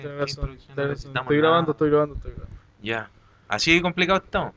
Tienes ¿Qué razón, introducción? No tienes razón. necesitamos Estoy grabando, nada. estoy grabando, estoy grabando. Ya. Así de complicado estamos.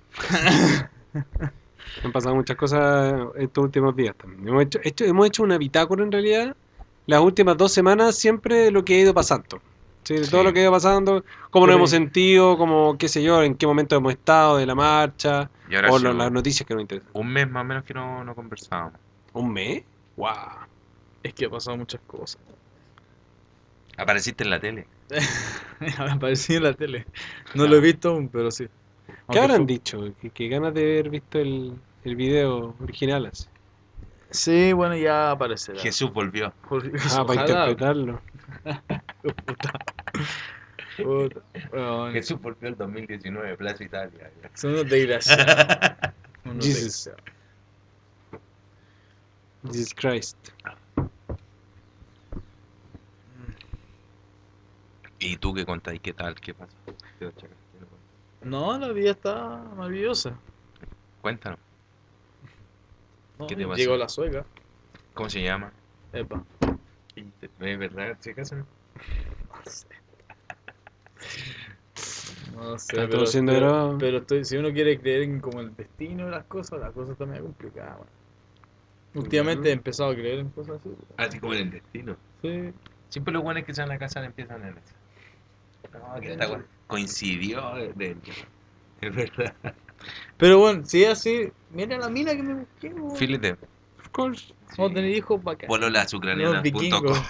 Han pasado muchas cosas estos últimos días también. Hemos hecho una bitácora en realidad las últimas 2 semanas siempre de lo que ha ido pasando. Sí, de todo lo Sí. que ha ido pasando, cómo nos Pero hemos sentido, cómo, qué sé yo, en qué momento hemos estado de la marcha, Y ahora o sí, las noticias que nos interesan. un mes más o menos que no conversábamos. ¿Un mes? ¡Wow! es que ha pasado muchas cosas. Apareciste en la tele. Aparecí en la tele. No lo he Claro. visto aún, pero sí. ¿Qué Aunque habrán fue... dicho? Que ganas de haber visto el video original así. Sí, bueno, ya aparecerá. Jesús volvió. Ah, para Ojalá. interpretarlo. Puta, puta. Bueno, Jesús volvió el 2019, Plaza Italia. son unos desgraciados. Unos Jesus. desgraciados. Jesus Christ. ¿Y tú qué contáis? ¿Qué tal? ¿Qué pasa? ¿Qué onda, chacal? ¿Qué no pasa? No, la vida está maravillosa. Cuéntanos. No, ¿Qué te pasó? llegó la suegra. ¿Cómo se llama? Epa. ¿Es verdad? ¿Se casan? No sé. No sé, Está todo siendo grabado. pero estoy, si uno quiere creer en como el destino de las cosas están medio complicadas, weón. Últimamente he empezado a creer en cosas así. Así como en el destino. Sí. Siempre los buenos que se van a casar empiezan en eso. No, que esta weá coincidió es verdad. Pero bueno, si es así, mira la mina que me busqué, weón. Filete. Of course. Vamos a tener hijos bacán. Los Pololasucranianas.com. vikingos.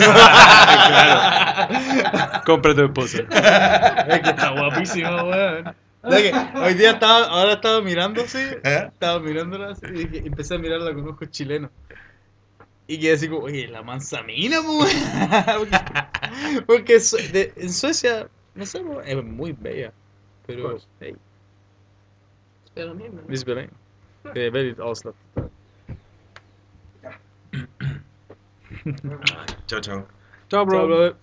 Claro. Compra a tu esposa. Es que está guapísima, weón. ¿Sabes qué? Hoy día ahora estaba mirando así, estaba mirándola así, y empecé a mirarla con ojos chilenos. Y quedé así como, oye, la manzamina, pues. Porque en Suecia, no sé, po, es muy bella. Pero, hey, Pero mismo, ¿no? es Belén. De väldigt avslappnat. Chao, chao. Chao, bro. Chao, brother.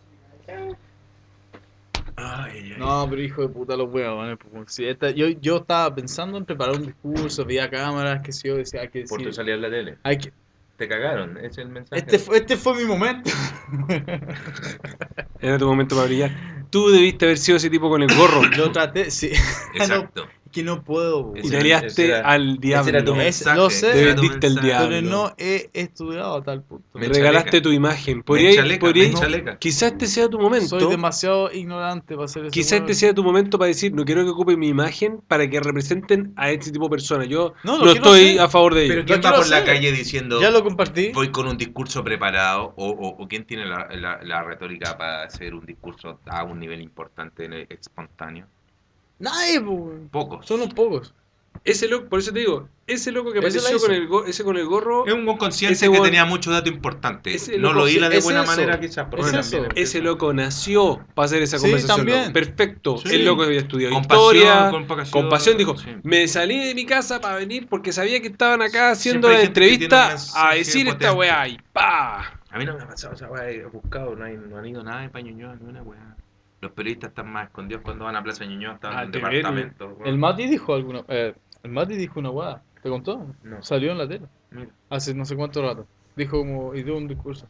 Ay, ay. No, pero hijo de puta los huevos, si yo estaba pensando en preparar un discurso, vía cámaras, que si yo decía, hay que Por tu decir, salida en la tele. hay que, Te cagaron, ese es el mensaje. este fue mi momento. Era tu momento para brillar. Tú debiste haber sido ese tipo con el gorro. Lo traté, sí. Exacto. No, es que no puedo, Y Ese te era- aliaste ese era- al ese era tu diablo. mensaje. Lo sé. ese Te era tu vendiste el mensaje. diablo. pero no he estudiado a tal punto. Me Regalaste chaleca. tu imagen. Me Podríais- chaleca, podríais- me chaleca. Quizás este sea tu momento. Soy demasiado ignorante para hacer ese Quizás huevo. este sea tu momento para decir, no quiero que ocupen mi imagen para que representen a este tipo de personas. Yo No, lo no quiero estoy hacer. a favor de Pero ello. ¿quién quiero va por la hacer. calle diciendo Ya lo compartí. voy con un discurso preparado? ¿O quién tiene la retórica para hacer un discurso a un nivel importante, espontáneo? Nadie, pues. Pocos. Son unos pocos. Ese loco, por eso te digo, ese loco que Ese la apareció hizo. ese con el gorro, Es un buen consciente Ese que weón- tenía mucho dato importante. ese No loco- lo hila de es buena eso, manera quizás. porque es también eso. empieza- ese loco nació para hacer esa Sí, conversación. también. Loco. Perfecto. Sí. El loco había estudiado Con pasión, historia, con pasión, dijo, sí. me salí de mi casa para venir porque sabía que estaban acá haciendo Siempre hay la gente que tiene un entrevista mensaje a decir esta potente. weá y ¡pa! A mí no me ha pasado esa weá, he buscado, no han ido nada de pa' Ñuñoa, ni una weá. Los periodistas están más escondidos cuando van a Plaza Ñuñoa, están en un te ven, departamento. weón. El Mati dijo alguna. El Mati dijo una hueá. ¿Te contó? No. Salió en la tele. Mira. Hace no sé cuánto rato. Dijo como. Y dio un discurso.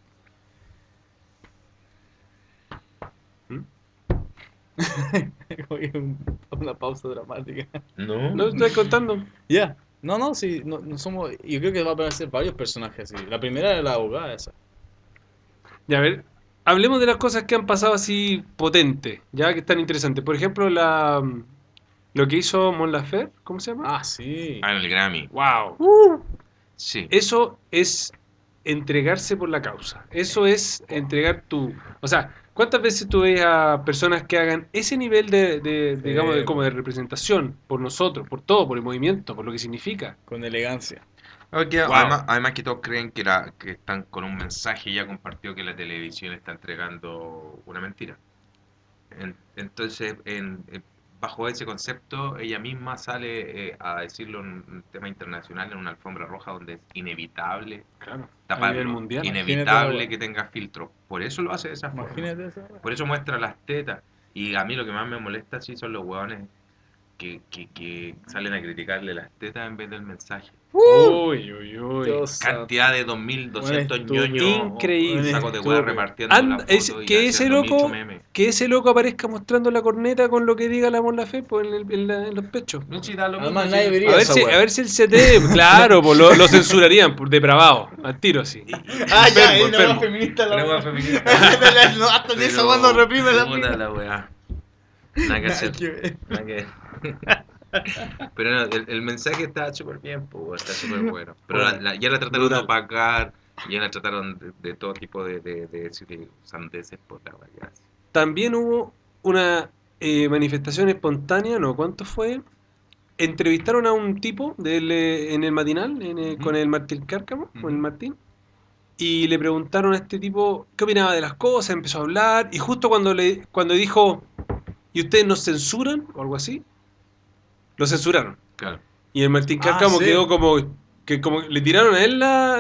¿Mm? Una pausa dramática. No. ¿No te estoy contando? Ya. No, no, sí. No somos. Yo creo que va a aparecer varios personajes así. La primera era la abogada esa. Ya, a ver, hablemos de las cosas que han pasado así potentes, ya que están interesantes. Por ejemplo, lo que hizo Mon Laferte, ¿cómo se llama? Ah, sí. Ah, en el Grammy. ¡Wow! Sí. Eso es entregarse por la causa. Eso es entregar tu... O sea, ¿cuántas veces tú ves a personas que hagan ese nivel Sí, digamos, como de bueno. representación por nosotros, por todo, por el movimiento, por lo que significa? Con elegancia. Okay, Wow. además que todos creen que están con un mensaje ya compartido que la televisión está entregando una mentira. Entonces, bajo ese concepto, ella misma sale a decirlo en un tema internacional, en una alfombra roja donde es inevitable Claro, a nivel taparlo, mundial. Imagínate la inevitable wea. que tenga filtro. Por eso lo hace de esa forma. Imagínate esa wea. Por eso muestra las tetas. Y a mí lo que más me molesta sí son los hueones que salen a criticarle las tetas en vez del mensaje. Uy, uy, uy. Dios Cantidad de 2200 estúpido. ñoños, Increíble. sacos de hueá repartiendo la foto y Que ese haciendo 1000 loco, memes. que ese loco aparezca mostrando la corneta con lo que diga la Mon Laferte pues, en los pechos. No, si da lo Además, mismo, nadie si- vería esa weá. A ver si el CT, claro, pues lo censurarían, por depravado, al tiro así. Ah, ya, Enfermo, es una enfermo. más feminista la Una weá. hueá feminista. No, hasta ni esa weá no reprime la puta mina. la weá. Nada que hacer. que ver. Nada que ver. Pero no, el mensaje está súper bien, pues, está súper bueno. Pero ya la trataron Brutal. de opacar, ya la trataron de todo tipo de sandeces por la weá. También hubo una manifestación espontánea, ¿no? ¿Cuánto fue? Entrevistaron a un tipo en el matinal, con el Martín Cárcamo, con el Martín, y le preguntaron a este tipo qué opinaba de las cosas, empezó a hablar, y justo cuando dijo, ¿y ustedes nos censuran? o algo así, lo censuraron. Claro. Y el Martín Ah, Cárcamo sí. quedó como le tiraron a él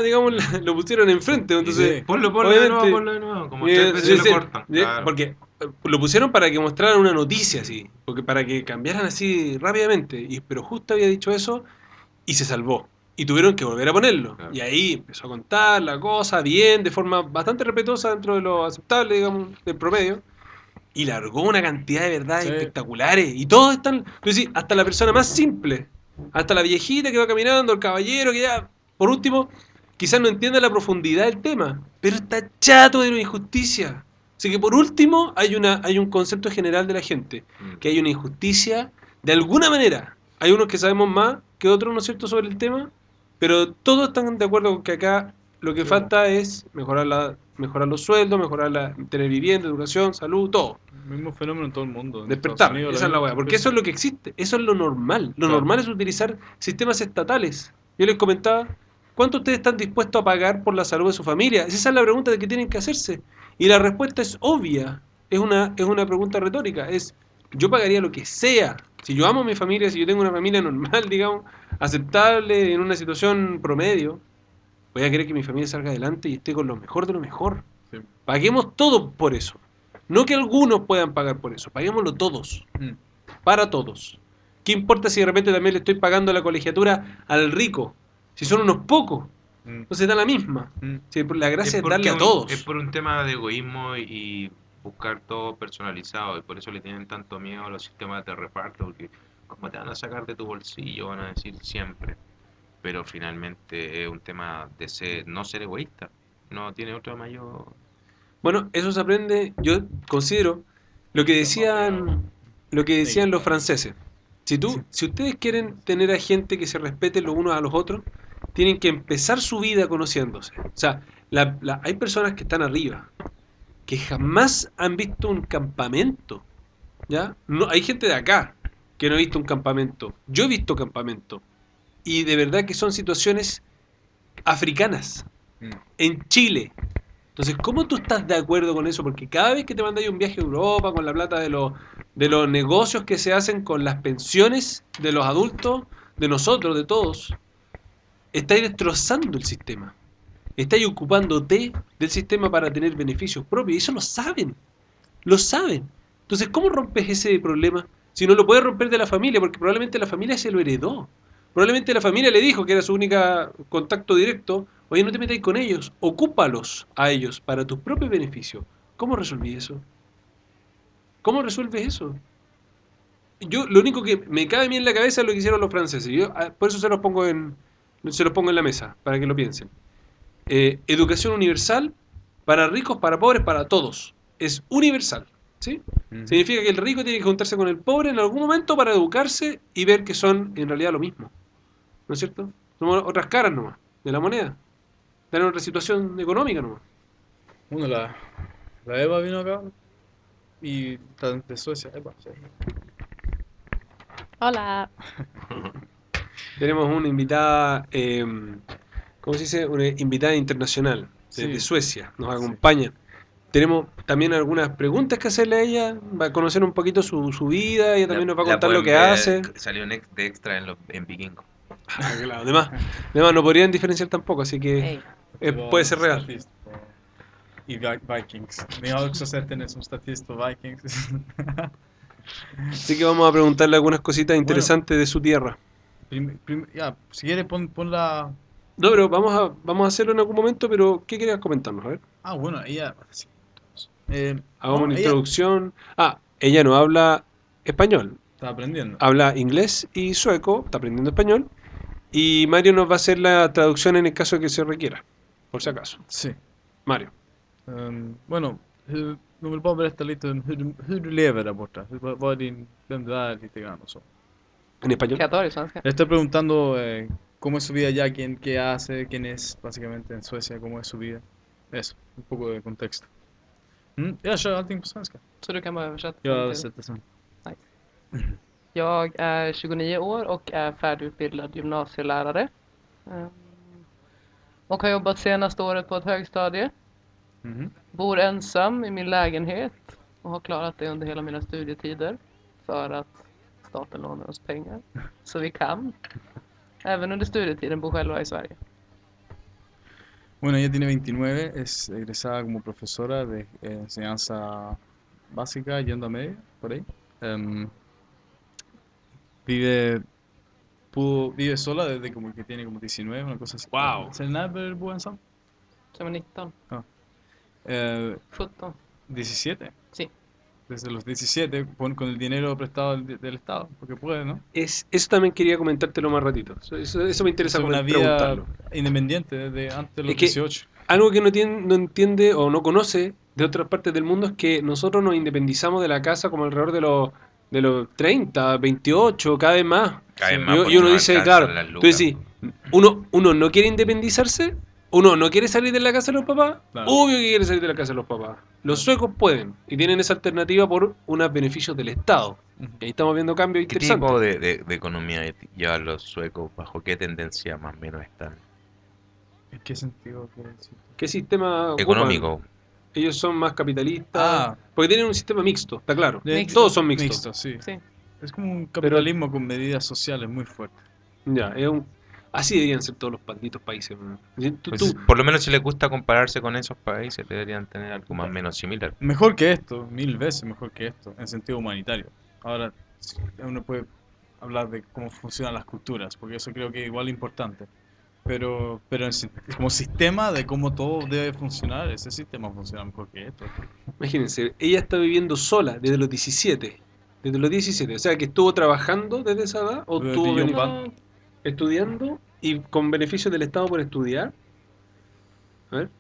lo pusieron enfrente, entonces Sí. Ponlo de nuevo, como eh, 3 veces sí, lo cortan. Claro. porque lo pusieron para que mostraran una noticia así, porque para que cambiaran así rápidamente, pero justo había dicho eso y se salvó. Y tuvieron que volver a ponerlo. Claro. Y ahí empezó a contar la cosa bien, de forma bastante respetuosa dentro de lo aceptable, digamos, del promedio. Y largó una cantidad de verdades Sí. espectaculares. Y todos están, hasta la persona más simple, hasta la viejita que va caminando, el caballero que ya, por último, quizás no entienda la profundidad del tema, pero está chato de la injusticia. Así que por último hay un concepto general de la gente, que hay una injusticia de alguna manera. Hay unos que sabemos más que otros, ¿no es cierto?, sobre el tema, pero todos están de acuerdo con que acá lo que Sí, falta es mejorar los sueldos, tener vivienda, educación, salud, todo. El mismo fenómeno en todo el mundo. En Despertar, Estados Unidos, esa es la misma weá, porque eso es lo que existe, eso es lo normal. Lo Claro. normal es utilizar sistemas estatales. Yo les comentaba, ¿cuánto ustedes están dispuestos a pagar por la salud de su familia? Esa es la pregunta que tienen que hacerse. Y la respuesta es obvia, es una pregunta retórica, yo pagaría lo que sea. Si yo amo a mi familia, si yo tengo una familia normal, digamos, aceptable, en una situación promedio, voy a querer que mi familia salga adelante y esté con lo mejor de lo mejor. Sí. Paguemos todo por eso. No que algunos puedan pagar por eso, paguémoslo todos, para todos. ¿Qué importa si de repente también le estoy pagando la colegiatura al rico? Si son unos pocos, no se da la misma. Si la gracia es darle a todos. Es por un tema de egoísmo y buscar todo personalizado, y por eso le tienen tanto miedo a los sistemas de reparto, porque como te van a sacar de tu bolsillo, van a decir siempre. Pero finalmente es un tema de no ser egoísta, no tiene otra mayor... Bueno, eso se aprende, yo considero, lo que decían los franceses. Si ustedes quieren tener a gente que se respete los unos a los otros, tienen que empezar su vida conociéndose. O sea, hay personas que están arriba, que jamás han visto un campamento. ¿Ya? No, hay gente de acá que no ha visto un campamento. Yo he visto campamento. Y de verdad que son situaciones africanas. En Chile. Entonces, ¿cómo tú estás de acuerdo con eso? Porque cada vez que te mandáis un viaje a Europa con la plata de los negocios que se hacen con las pensiones de los adultos, de nosotros, de todos, estáis destrozando el sistema. Estáis ocupándote del sistema para tener beneficios propios. Y eso lo saben. Lo saben. Entonces, ¿cómo rompes ese problema? Si no lo puedes romper de la familia, porque probablemente la familia se lo heredó. Probablemente la familia le dijo que era su única contacto directo. Oye, no te metáis con ellos, ocúpalos a ellos para tus propios beneficios. ¿Cómo resolví eso? ¿Cómo resuelves eso? Yo, lo único que me cabe a mí en la cabeza es lo que hicieron los franceses. Por eso se los pongo en la mesa, para que lo piensen. Educación universal, para ricos, para pobres, para todos. Es universal. ¿Sí? Significa que el rico tiene que juntarse con el pobre en algún momento para educarse y ver que son en realidad lo mismo. ¿No es cierto? Somos otras caras nomás de la moneda. Tienen otra situación económica nomás. Bueno, la Eva vino acá y está de Suecia. Eva, sí. Hola. Tenemos una invitada, ¿cómo se dice? Una invitada internacional de Sí. Suecia. Nos acompaña. Tenemos también algunas preguntas que hacerle a ella. Va a conocer un poquito su vida. Ella también nos va a contar lo que hace. Salió de extra en Vikingo. Claro, además no podrían diferenciar tampoco, así que puede ser real. I Vikings. Vi har också sett henne som statist på Vikings. Así que vamos a preguntarle algunas cositas interesantes de su tierra. Ya, si quieres pon la... No, pero vamos a hacerlo en algún momento, pero ¿qué querías comentarnos? A ver, Ah, bueno, ella... sí, hagamos no, una ella introducción. Ella no habla español, está aprendiendo. habla inglés y sueco, está aprendiendo español. Y Mario nos va a hacer la traducción en el caso de que se requiera, por si acaso. Sí. Mario. Bueno, de vill bara berätta lite om hur du lever där borta. Vad är vem du är lite grann och så. En español. Kan jag ta det i svenska? Le estoy preguntando cómo es su vida allá, qué hace, quién es básicamente en Suecia, cómo es su vida. Eso, un poco de contexto. Jag kör allting på svenska. Så du kan bara översätta Jag till- översätter sen. Jag är 29 år och är färdigutbildad gymnasielärare. Och har jobbat senaste året på ett högstadie. Mhm. Bor ensam i min lägenhet och har klarat det under hela mina studietider. För att staten lånar oss pengar. Så vi kan. Även under studietiden bo själva i Sverige. Bueno, ella tiene 29, es egresada como profesora de enseñanza básica, yendo a media, por ahí. Vive sola desde como que tiene como 19, una cosa así. Wow. ¿Se nada bo ensam? Som är 19. Eh, 17. 17. Sí. Desde los 17, con el dinero prestado del Estado, porque puede, ¿no? Eso también quería comentártelo más ratito. Eso me interesa Es una preguntarlo. vida independiente desde antes de los Es que- 18. Algo que no entiende o no conoce de otras partes del mundo es que nosotros nos independizamos de la casa como alrededor de los 30, 28, cada vez más. Cada vez Sí. más Y porque uno no dice, alcanzan claro, las tú lucas. decís, uno no quiere independizarse, uno no quiere salir de la casa de los papás, Claro. obvio que quiere salir de la casa de los papás. Los suecos pueden y tienen esa alternativa por unos beneficios del Estado. Ujú. Y ahí estamos viendo cambios ¿Qué interesantes. tipo de economía llevan los suecos? ¿Bajo qué tendencia más o menos están? ¿En qué sentido quiere decir? ¿Qué sistema ocupan? Económico. Ellos son más capitalistas, Ah. porque tienen un sistema mixto, está claro. Mixto. Todos son mixtos. Mixto, sí. Sí. Es como un capitalismo con medidas sociales muy fuertes. Ya, así deberían ser todos los malditos países. ¿No? Pues, por lo menos si les gusta compararse con esos países, deberían tener algo más o menos similar. Mejor que esto, 1000 veces mejor que esto, en sentido humanitario. Ahora, uno puede hablar de cómo funcionan las culturas, porque eso creo que es igual importante. Pero como sistema de cómo todo debe funcionar, ese sistema funciona mejor que esto. Imagínense, ella está viviendo sola desde los 17. Desde los 17. O sea, que estuvo trabajando desde esa edad o Desde estuvo John No, estudiando y con beneficios del Estado por estudiar. A ver.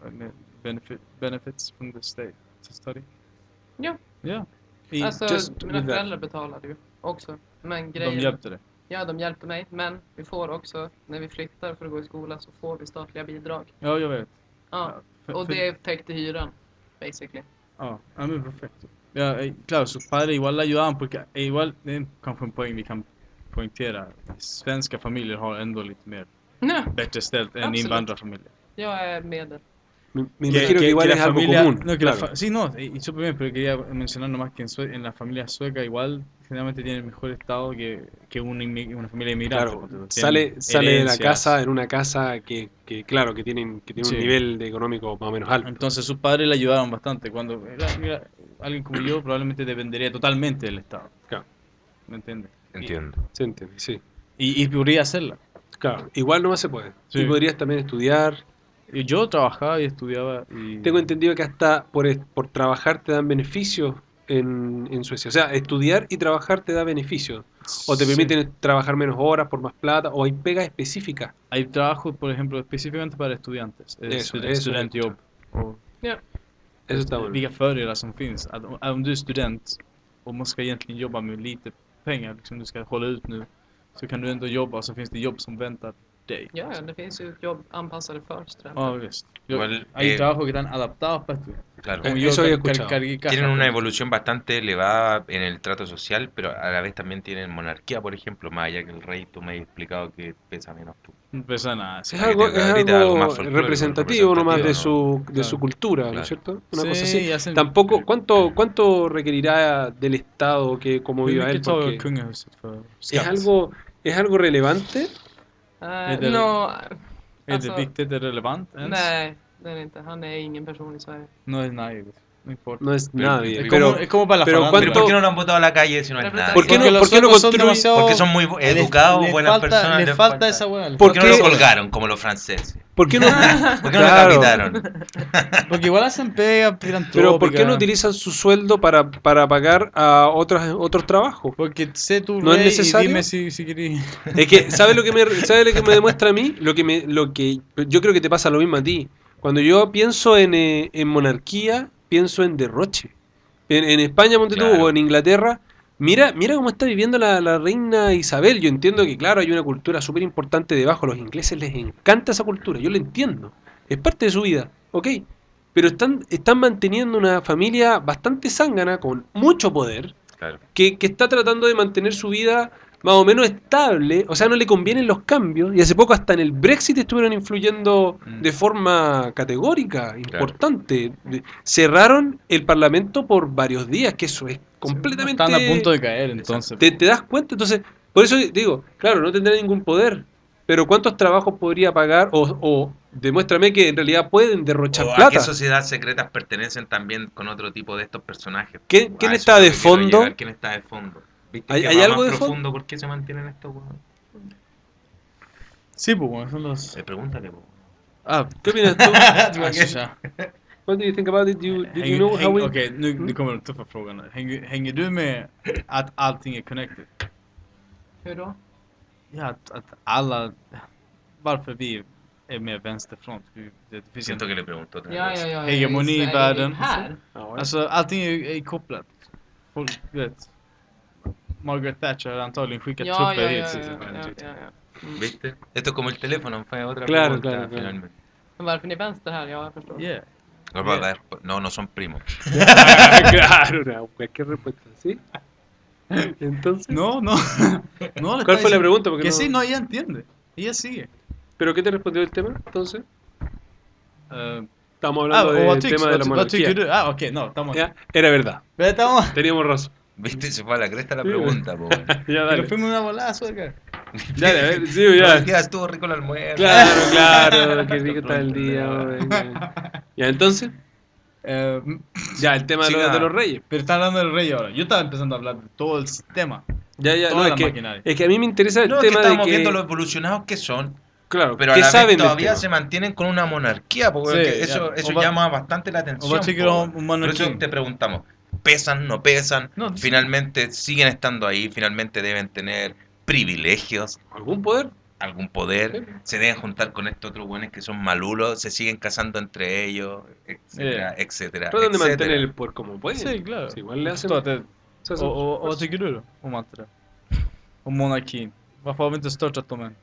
Benefits from the state to study. ja. Ja. Y Alltså, just mina with that. föräldrar betalade ju också. Men de grejen... hjälpte dig. Ja, de hjälpte mig. Men vi får också, när vi flyttar för att gå i skola så får vi statliga bidrag. Ja, jag vet. Ja, och det täckte hyran, basically. Ja, ja, men perfecto. Ja, claro, sus padres igual la ayudaban porque igual, det är kanske en poäng vi kan poängtera. Svenska familjer har ändå lite mer Nej, bättre ställt än Absolut. invandrarfamiljer. jag är medel. Me imagino que igual la es algo familia- común. no, que la claro. sí, no, y súper bien, pero quería mencionar nomás que en la familia sueca igual generalmente tienen mejor estado que una familia inmigrante. Claro, porque tienen sale de la herencias. casa en una casa que claro, que tiene Sí. un nivel de económico más o menos alto. Entonces sus padres le ayudaron bastante. Cuando alguien como yo probablemente dependería totalmente del Estado. Claro, ¿Me entiendes? Entiendo. se entiende, sí. Y podría hacerla. Claro, igual nomás se puede. Sí. Tú podrías también estudiar. Y yo trabajaba y estudiaba y... Tengo entendido que hasta por trabajar te dan beneficios en Suecia. O sea, estudiar y trabajar te da beneficios. O te Sí. permiten trabajar menos horas por más plata. O hay pegas específicas. Hay trabajos, por ejemplo, específicamente para estudiantes. Eso Studentjobb. Och Ja. Eso está bueno. vilka fördelar som finns. Att om du är student och man ska egentligen jobba med lite pengar, liksom du ska hålla ut nu, så kan du ändå jobba och så finns det jobb som väntar dig. Ja, det finns ju jobb anpassade för studenter. Ja, visst. Igual, Hay trabajos que están adaptados para estudiantes. Claro. Como Eso había car- escuchado. cargué cajas, Tienen una por evolución bastante elevada en el trato social, pero a la vez también tienen monarquía, por ejemplo, más allá que el rey, tú me has explicado que pesa menos tú. No pesa nada. sí. Es Para que algo, te es ahorita algo algo más folclórico, representativo nomás de representativo, su, ¿no? de su cultura, ¿no Claro. es cierto? Una Sí, cosa así. y hacen- Tampoco, ¿cuánto requerirá del Estado que como Hur viva mycket él? tar Porque kungahuset för es skatt? algo relevante. det- No, Är det viktigt? Är det relevant ens? nej, det är det inte. Han är ingen person i Sverige. Nej. No importa. No es Pero- nadie. Es Pero, como para la pero farándula. Pero ¿por qué no lo han votado a la calle si no es nada? ¿Por qué no- Porque los por qué no suecos son construyen- demasiado... Porque son muy educados, les buenas falta, personas. les falta esa weá. ¿Por ¿Por qué no qué? lo colgaron como los franceses? ¿por qué no? ¿Por qué no lo Claro. decapitaron? Porque igual hacen pega filantrópica. Pero ¿por qué no utilizan su sueldo para pagar a otros trabajos? Porque sé tu ¿No es rey necesario? y dime si querés. Es que, ¿sabes lo que me demuestra a mí? Lo que yo creo que te pasa lo mismo a ti. Cuando yo pienso en monarquía, pienso en derroche. En España, ponte tú, Claro. o en Inglaterra, mira cómo está viviendo la reina Isabel. Yo entiendo que, claro, hay una cultura súper importante debajo. A los ingleses les encanta esa cultura, yo lo entiendo. Es parte de su vida, ¿ok? Pero están manteniendo una familia bastante zángana, con mucho poder, Claro. que está tratando de mantener su vida más o menos estable, o sea, no le convienen los cambios, y hace poco hasta en el Brexit estuvieron influyendo de forma categórica, importante. Cerraron el Parlamento por varios días, que eso es completamente... Están a punto de caer, entonces. ¿Te das cuenta? Entonces, por eso digo, claro, no tendrá ningún poder, pero ¿cuántos trabajos podría pagar? O demuéstrame que en realidad pueden derrochar ¿O a plata. qué sociedades secretas pertenecen también con otro tipo de estos personajes? ¿Quién A eso está es de lo que quiero fondo? llegar, ¿quién está de fondo? ¿Viste ¿Hay que va algo más de fondo? profundo? ¿Por qué se mantienen estos weones? Sí, pues, bueno, son los... Pregúntale, po. Ah, ¿Qué opinas tú? ja. What do you think about it? Did you know how we... Okej, nu kommer de tuffa frågorna. Hänger du med att allting är connected? Hur då? Ja, att alla... Varför vi är med vänsterfront? Det finns Siento en... que le preguntó otra Ja, cosa. ja, ja. Hegemoni i Är det världen. Här? Ah, bueno. Alltså, allting är kopplat. Folk, vet... Margaret Thatcher har antagligen skickat Ja, trupper ja, hit. ja, till ja, exempel. ja. ¿Viste? Esto es como el teléfono, fue otra Claro, pregunta claro. finalmente. Men varför ni är vänster här? Ja, jag förstår. Yeah. No, Bien. a ver, no, no son primos. Claro, cualquier respuesta, ¿sí? Entonces, No, no. No, le ¿cuál está fue la diciendo- pregunta? Porque Que no- sí, no, ella entiende. Ella sigue. ¿Pero qué te respondió el tema, entonces? Eh, Estamos ah, hablando och del vad tycks, tema de la vad tycker monarquía. du? Ah, okej, no, estamos... Ya, era verdad, Pero estamos... teníamos razón. ¿Viste? Se fue a la cresta la Sí, pregunta, po. Ya, Que dale. nos fuimos una volada sueca. Dale, a ver, sí, No, ya. el día estuvo rico el almuerzo. Claro, claro, qué rico está el día hoy. Ya, entonces, Eh, ya, el tema de Siga. los reyes. pero está hablando del rey ahora. Yo estaba empezando a hablar de todo el sistema. Ya, Toda no, la maquinaria. es que a mí me interesa el No, es que tema de estamos que... viendo lo evolucionados que son, Claro, pero a que la saben vez del todavía tema. se mantienen con una monarquía, porque Sí, eso, ya. eso O va- llama bastante la atención. o va a ser que po. era un Por monarquía. eso te preguntamos, ¿pesan, no pesan? No, sí. Finalmente siguen estando ahí, finalmente deben tener privilegios, ¿Algún poder? algún poder, Sí. se deben juntar con estos otros buenos que son malulos, se siguen casando entre ellos, etcétera, etcétera. Tratan de etcétera. mantener el poder como pueden. Sí, claro. Sí, igual le hacen... Förstår att det, se hacen och vad tycker du då om allt det där? Om monarkin? Varför har vi inte störtat dem än?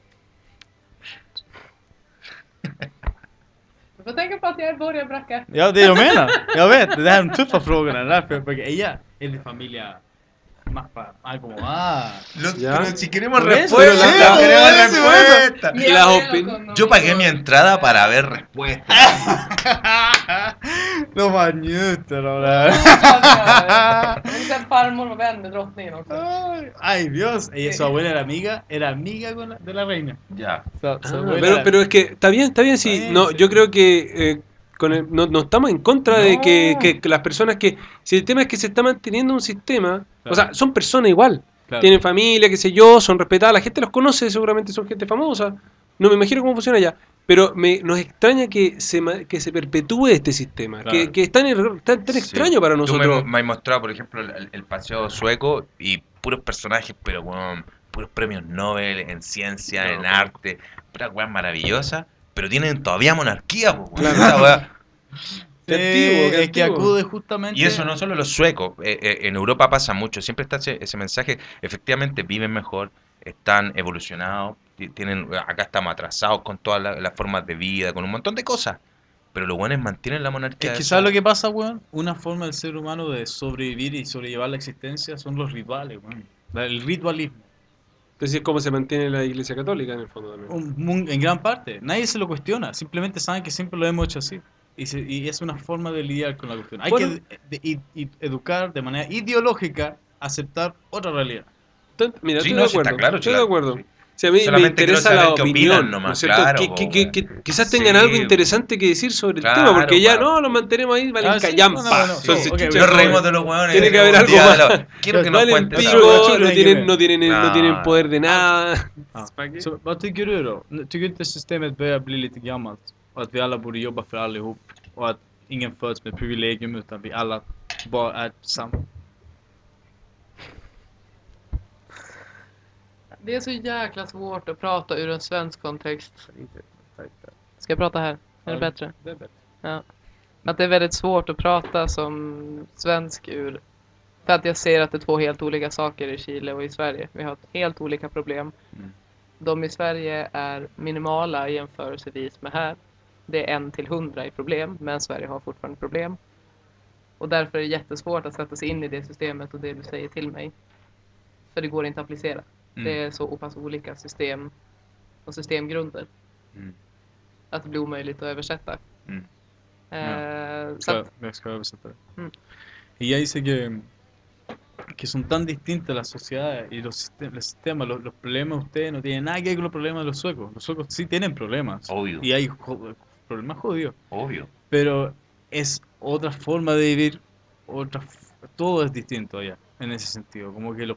Du får tänka på att jag börjar bracka. Ja, det jag menar. Jag vet, det här är de tuffa frågorna. Därför, porque ella es de familia más para... Ah, como, Ya. Pero si queremos Por eso, respuesta, pero la- queremos por eso, respuesta. Y las opin- Yo pagué mi entrada para ver respuestas. De bara njuter av det här. Och sen farmor var vän med drottningen också. Ay, Dios. Su abuela era amiga de la reina. Ya. Su Ah, abuela pero es que está bien, sí. Está bien, No, sí. yo creo que no estamos en contra de No. que las personas que... Si el tema es que se está manteniendo un sistema... O sea, son personas igual. Claro. Tienen familia, qué sé yo, son respetadas. La gente los conoce, seguramente son gente famosa. No me imagino cómo funciona allá. Pero nos extraña que se perpetúe este sistema. Claro. Que es tan Sí. extraño para Tú nosotros. me has mostrado, por ejemplo, el paseo sueco y puros personajes, pero con puros premios Nobel en ciencia, Claro. en arte, puras weas maravillosas, pero tienen todavía monarquía, po, weón. Claro. Esa wea. Qué antiguo, qué es que antiguo. acude justamente... Y eso no solo los suecos, en Europa pasa mucho, siempre está ese mensaje, efectivamente viven mejor, están evolucionados, tienen, acá estamos atrasados con todas las formas de vida, con un montón de cosas, pero los buenos mantienen la monarquía. Es que eso. ¿sabes lo que pasa, weón? Una forma del ser humano de sobrevivir y sobrellevar la existencia son los rituales, weón. El ritualismo. Entonces es como se mantiene la Iglesia Católica en el fondo también. En gran parte. Nadie se lo cuestiona. Simplemente saben que siempre lo hemos hecho así. Y es una forma de lidiar con la cuestión. Hay Bueno. que educar de manera ideológica, aceptar otra realidad. Mira, Sí, estoy no, de sí, está acuerdo. claro, Estoy sí, de acuerdo. sí. Si a mí me Solamente quiero interesa la saber qué opinión, opinan nomás, ¿no es cierto? claro, Que quizás Sí, tengan algo interesante que decir sobre el claro, tema, porque ya claro. no, lo mantenemos ahí, valen Ah, sí, callampa. bueno, Entonces, ok, chucha, Nos ok. reímos de los hueones. tiene que haber un algo día más. de quiero que nos Valen cuenten pico, Chucho, no tiene que ver. no tienen poder de nada. ¿Para qué? Så vad tycker du då? Tycker du inte systemet börjar bli lite gammalt? Och att vi alla borde jobba för allihop? Och att ingen föds med privilegium utan vi alla bara är tillsammans? Det är så jäkla svårt att prata ur en svensk kontext. Ska jag prata här? Är det bättre? Det är bättre. Ja. Att det är väldigt svårt att prata som svensk ur... För att jag ser att det är två helt olika saker i Chile och i Sverige. Vi har helt olika problem. De i Sverige är minimala jämförelsevis med här. Det är 1 till 100 i problem, men Sverige har fortfarande problem. Och därför är det jättesvårt att sätta sig in i det systemet och det du säger till mig. För det går inte att applicera. Det är så pass olika system och systemgrunder. Att det blir omöjligt att översätta. Så att, Jag ska översätta det. Mm. Y ahí dice que son tan distintas las sociedades y los sistemas, los problemas de ustedes no tienen nada que ver con los problemas de los suecos. Los suecos sí tienen problemas. Obvio. Y hay problemas jodidos. Obvio. Pero es otra forma de vivir, todo es distinto allá, en ese sentido. Como que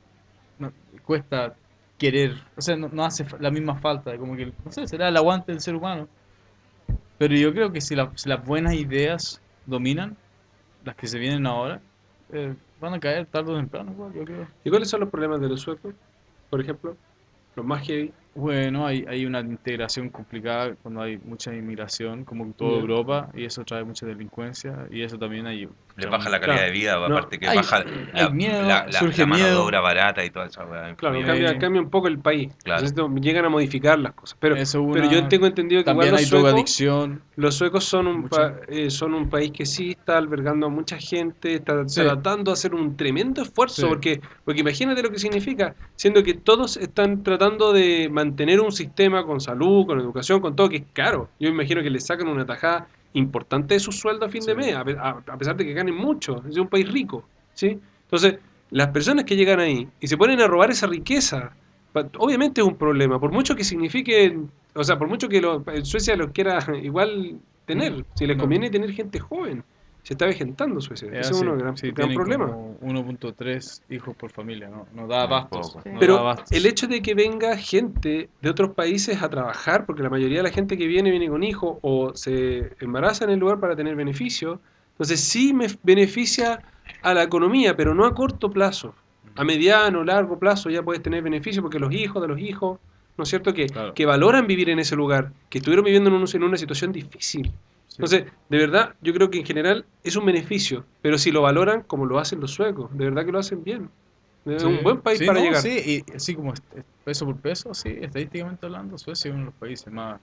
cuesta querer, o sea, no hace la misma falta, como que, no sé, será el aguante del ser humano. Pero yo creo que si las buenas ideas dominan, las que se vienen ahora, van a caer tarde o temprano, igual, yo creo. ¿Y cuáles son los problemas de los suecos? Por ejemplo, los más heavy. Bueno, hay una integración complicada cuando hay mucha inmigración, como en toda Ya. Europa, y eso trae mucha delincuencia, y eso también hay... Les baja la calidad de vida, No, aparte que hay- baja hay miedo, la surge mano de miedo. obra barata y toda esa weá. Claro, influye. cambia un poco el país. Claro. Entonces llegan a modificar las cosas. Pero Eso pero yo tengo entendido que también igual hay drogadicción. los suecos son Mucha. son un país que sí está albergando a mucha gente, está Sí. tratando de hacer un tremendo esfuerzo, Sí. porque imagínate lo que significa, siendo que todos están tratando de mantener un sistema con salud, con educación, con todo, que es caro. Yo me imagino que le sacan una tajada importante de su sueldo a fin de Sí. mes, a pesar de que ganen mucho, es un país rico, ¿sí? Entonces, las personas que llegan ahí y se ponen a robar esa riqueza, obviamente es un problema, por mucho que signifique, o sea, por mucho que Suecia los quiera igual tener, si les No. conviene tener gente joven, se está avejentando Suecia, ese es un gran tienen problema. como 1.3 hijos por familia, no da abastos. poco. Sí. no da Pero abastos. el hecho de que venga gente de otros países a trabajar, porque la mayoría de la gente que viene con hijos o se embaraza en el lugar para tener beneficio, entonces sí me beneficia a la economía, pero no a corto plazo. A mediano, largo plazo ya puedes tener beneficio porque los hijos de los hijos, ¿no es cierto? Claro. Que valoran vivir en ese lugar, que estuvieron viviendo en una situación difícil. Sí. Entonces, de verdad, yo creo que en general es un beneficio, pero si lo valoran como lo hacen los suecos, de verdad que lo hacen bien. Es un buen país Sí, para no, llegar. Sí, y así como peso por peso, sí, estadísticamente hablando, Suecia es uno de los países más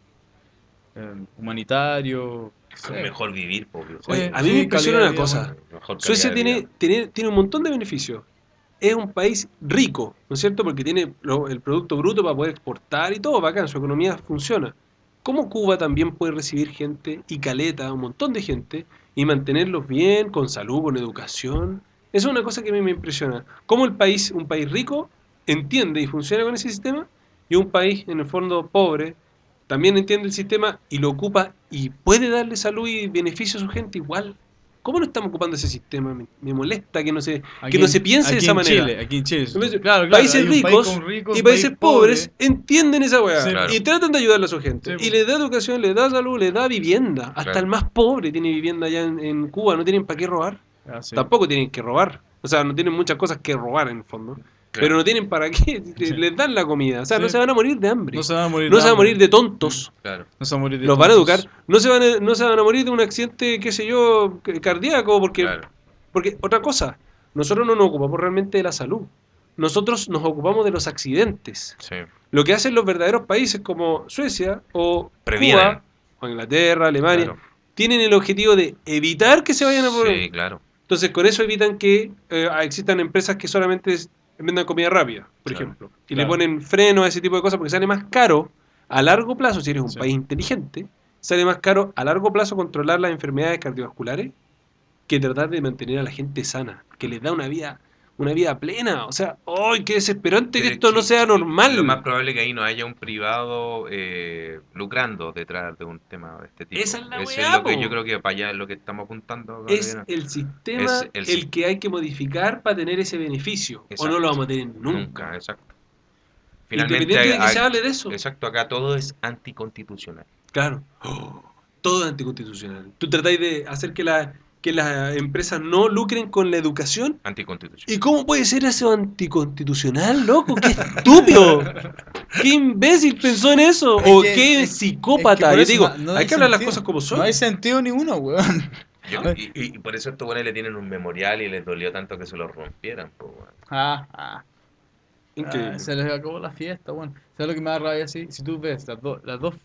humanitarios. Mejor vivir, obvio. Sí. Oye, a mí me impresiona calidad una de cosa. vida, Mejor Suecia calidad de tiene, vida. tiene un montón de beneficios. Es un país rico, ¿no es cierto? Porque tiene el producto bruto para poder exportar y todo bacán, su economía funciona. ¿Cómo Cuba también puede recibir gente y caleta, un montón de gente, y mantenerlos bien, con salud, con educación? Eso es una cosa que a mí me impresiona. ¿Cómo un país rico entiende y funciona con ese sistema? Y un país, en el fondo, pobre, también entiende el sistema y lo ocupa y puede darle salud y beneficio a su gente igual. ¿Cómo no estamos ocupando ese sistema? Me molesta que no se piense de esa manera. Aquí en Chile. Entonces, Claro, países hay un país ricos con ricos, y un países país pobres pobre. entienden esa weá Sí, claro. y tratan de ayudarle a su gente. Sí, Y les da educación, les da salud, les da vivienda. Hasta Claro. el más pobre tiene vivienda allá en Cuba, no tienen para qué robar. Ah, sí. Tampoco tienen que robar. O sea, no tienen muchas cosas que robar en el fondo. Claro. Pero no tienen para qué. Sí. Les dan la comida. O sea, Sí. no se van a morir de hambre. No se van a morir No de se van a hambre. morir de tontos. Claro. No se van a morir de Los van a tontos. educar. No se van a morir de un accidente, qué sé yo, cardíaco. Claro. Porque otra cosa, nosotros no nos ocupamos realmente de la salud. Nosotros nos ocupamos de los accidentes. Sí. Lo que hacen los verdaderos países como Suecia o Previenen. Cuba o Inglaterra, Alemania, Claro. tienen el objetivo de evitar que se vayan a morir. Sí, claro. Entonces, con eso evitan que existan empresas que solamente vendan comida rápida, por Claro, ejemplo. Y claro. le ponen freno a ese tipo de cosas porque sale más caro a largo plazo, si eres un Sí. país inteligente, sale más caro a largo plazo controlar las enfermedades cardiovasculares que tratar de mantener a la gente sana, que les da una vida una vida plena. O sea, ¡ay, qué desesperante que Pero esto no sea normal! Lo más probable es que ahí no haya un privado lucrando detrás de un tema de este tipo. Esa es la Eso weá, es lo que po. yo creo que para allá es lo que estamos apuntando. Es el sistema Es el que hay que modificar para tener ese beneficio. O no Exacto. lo vamos a tener nunca. Nunca, exacto. Independiente de que se hable de eso. Exacto, acá todo es anticonstitucional. Claro. Todo es anticonstitucional. Tú tratáis de hacer que las empresas no lucren con la educación. Anticonstitucional. ¿Y cómo puede ser eso anticonstitucional, loco? ¡Qué estúpido! ¡Qué imbécil pensó en eso! Es ¡O que- qué es- psicópata! por Yo eso digo, no hay hay que hablar las sentido. cosas como son. No hay sentido ninguno, weón. Y por eso estos buenos le tienen un memorial y les dolió tanto que se lo rompieran. Pues, bueno. Increíble. Se les acabó la fiesta, weón. ¿Sabes lo que me da rabia así? Si tú ves las dos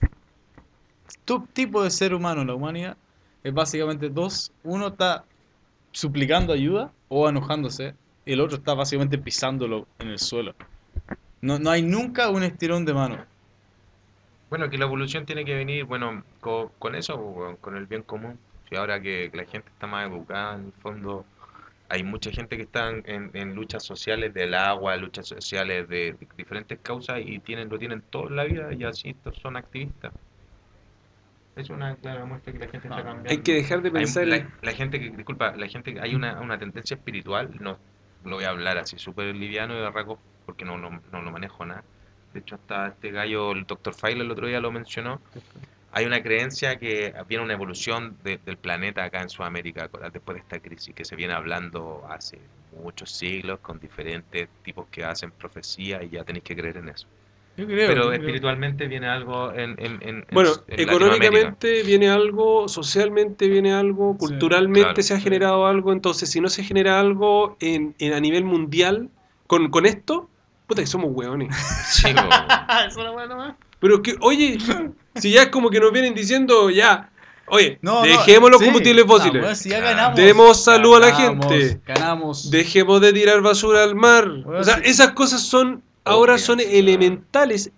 tipos de ser humano en la humanidad, es básicamente dos. Uno está suplicando ayuda o enojándose, y el otro está básicamente pisándolo en el suelo. No hay nunca un estirón de mano. Bueno, que la evolución tiene que venir, bueno, con eso, pues, weón, con el bien común. Y ahora que la gente está más educada, en el fondo, hay mucha gente que está en luchas sociales del agua, luchas sociales de diferentes causas y lo tienen todo en la vida y así son activistas. Es una clara muestra que la gente está cambiando. Hay que dejar de pensar en... La gente que, disculpa, la gente que hay una tendencia espiritual, no lo voy a hablar así súper liviano y de rasgos porque no lo manejo nada. De hecho, hasta este gallo, el Dr. File, el otro día lo mencionó. Hay una creencia que viene una evolución del planeta acá en Sudamérica después de esta crisis, que se viene hablando hace muchos siglos con diferentes tipos que hacen profecía y ya tenéis que creer en eso. Yo creo. Pero espiritualmente viene algo Bueno, en económicamente viene algo, socialmente viene algo, Sí, culturalmente claro, se ha sí. generado algo, entonces si no se genera algo a nivel mundial con esto, puta que somos hueones. Sí, bo. Eso era bueno, ¿eh? Pero que, oye, si ya es como que nos vienen diciendo, ya, oye, No, dejemos los sí. combustibles fósiles, weón, si ya Claro. ganamos. demos salud a la Ganamos, gente, Ganamos. dejemos de tirar basura al mar. Bueno, O sea, sí. esas cosas son, ahora Obvias, son claro. elementales.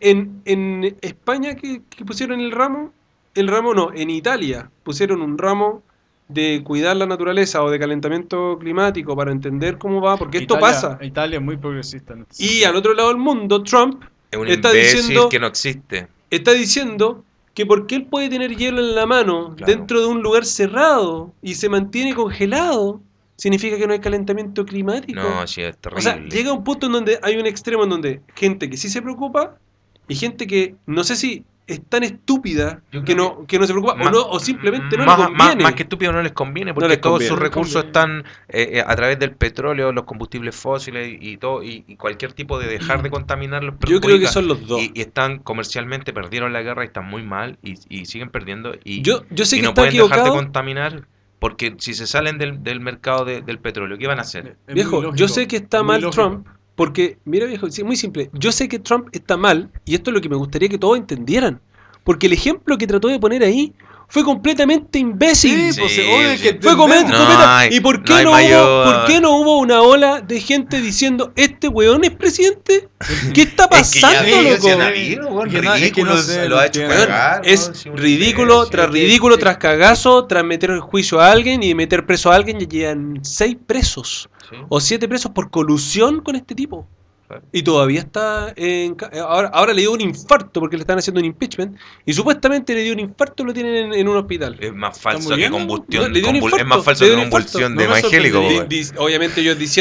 En España que pusieron el ramo no, en Italia pusieron un ramo de cuidar la naturaleza o de calentamiento climático para entender cómo va, porque esto pasa. Italia es muy progresista. en este Y sentido. al otro lado del mundo, Trump Es un está imbécil diciendo- que no existe. está diciendo que porque él puede tener hielo en la mano Claro. dentro de un lugar cerrado y se mantiene congelado, significa que no hay calentamiento climático. No, sí, es terrible. O sea, llega un punto en donde hay un extremo en donde gente que sí se preocupa y gente que no sé si es tan estúpida Yo que creo no se preocupa o simplemente no más, le conviene. más que estúpido no les conviene porque les todos conviene. sus No les recursos conviene. están a través del petróleo, los combustibles fósiles y todo y cualquier tipo de dejar de contaminar los Yo creo que perjudica. son los dos. Y están comercialmente, perdieron la guerra y están muy mal y siguen perdiendo y, Yo sé y que no está pueden dejar de equivocado. contaminar porque si se salen del mercado del petróleo, ¿qué van a hacer? Es muy Viejo, lógico, yo sé que está es muy mal lógico. Trump, porque, mira viejo, sí, muy simple, yo sé que Trump está mal, y esto es lo que me gustaría que todos entendieran, porque el ejemplo que trató de poner ahí fue completamente imbécil. Sí, pues Sí, obvio sí. que Fue entendemos. No ¿Y por no qué hay no, mayor- por qué no hubo una ola de gente diciendo, este weón es presidente? ¿Qué está Es que ya pasando, ellos loco? ya han habido, weón, Es que no- es que no ridículos, sé, lo ha no hecho entiendo. cagar, Es ¿no? Sí, un ridículo imbécil. tras ridículo, tras cagazo, tras meter en juicio a alguien y meter preso a alguien, ya llevan 6 presos Sí, o 7 presos por colusión con este tipo. claro. Y todavía está ahora le dio un infarto porque le están haciendo un impeachment y supuestamente le dio un infarto y lo tienen en un hospital. Es más falso muy que bien, combustión, no, le dio un es infarto, más falso le que dio un convulsión infarto. de No me evangélico, sorprendería. weón. Obviamente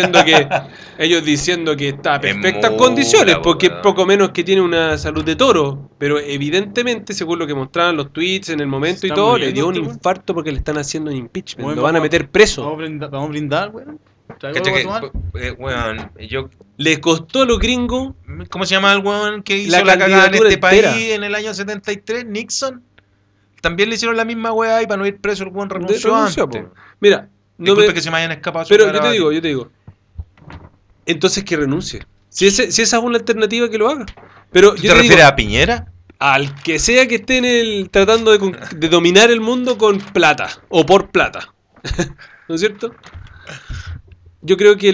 ellos diciendo que está en Es perfectas mula, condiciones, porque weón. poco menos que tiene una salud de toro, pero evidentemente, según lo que mostraban los tweets en el momento y Está todo, le muriendo dio un este weón. infarto porque le están haciendo un impeachment, Bueno, lo van a vamos meter preso. Vamos a brindar, weón. ¿Traigo Cacha algo a que, tomar? weón, Le costó a los gringos ¿cómo se llama el weón que hizo La la cagada en candidatura este país entera. en el año 73? Nixon. También le hicieron la misma weá y para no ir preso el weón renunció renunció, antes. po. Mira, no Disculpe me- que se me hayan escapado su pero yo cara, te digo, entonces que renuncie. Si esa es una alternativa, que lo haga. Pero ¿Tú yo te te refieres digo, a Piñera? al que sea que esté tratando de dominar el mundo con plata o por plata. ¿No es cierto? Yo creo que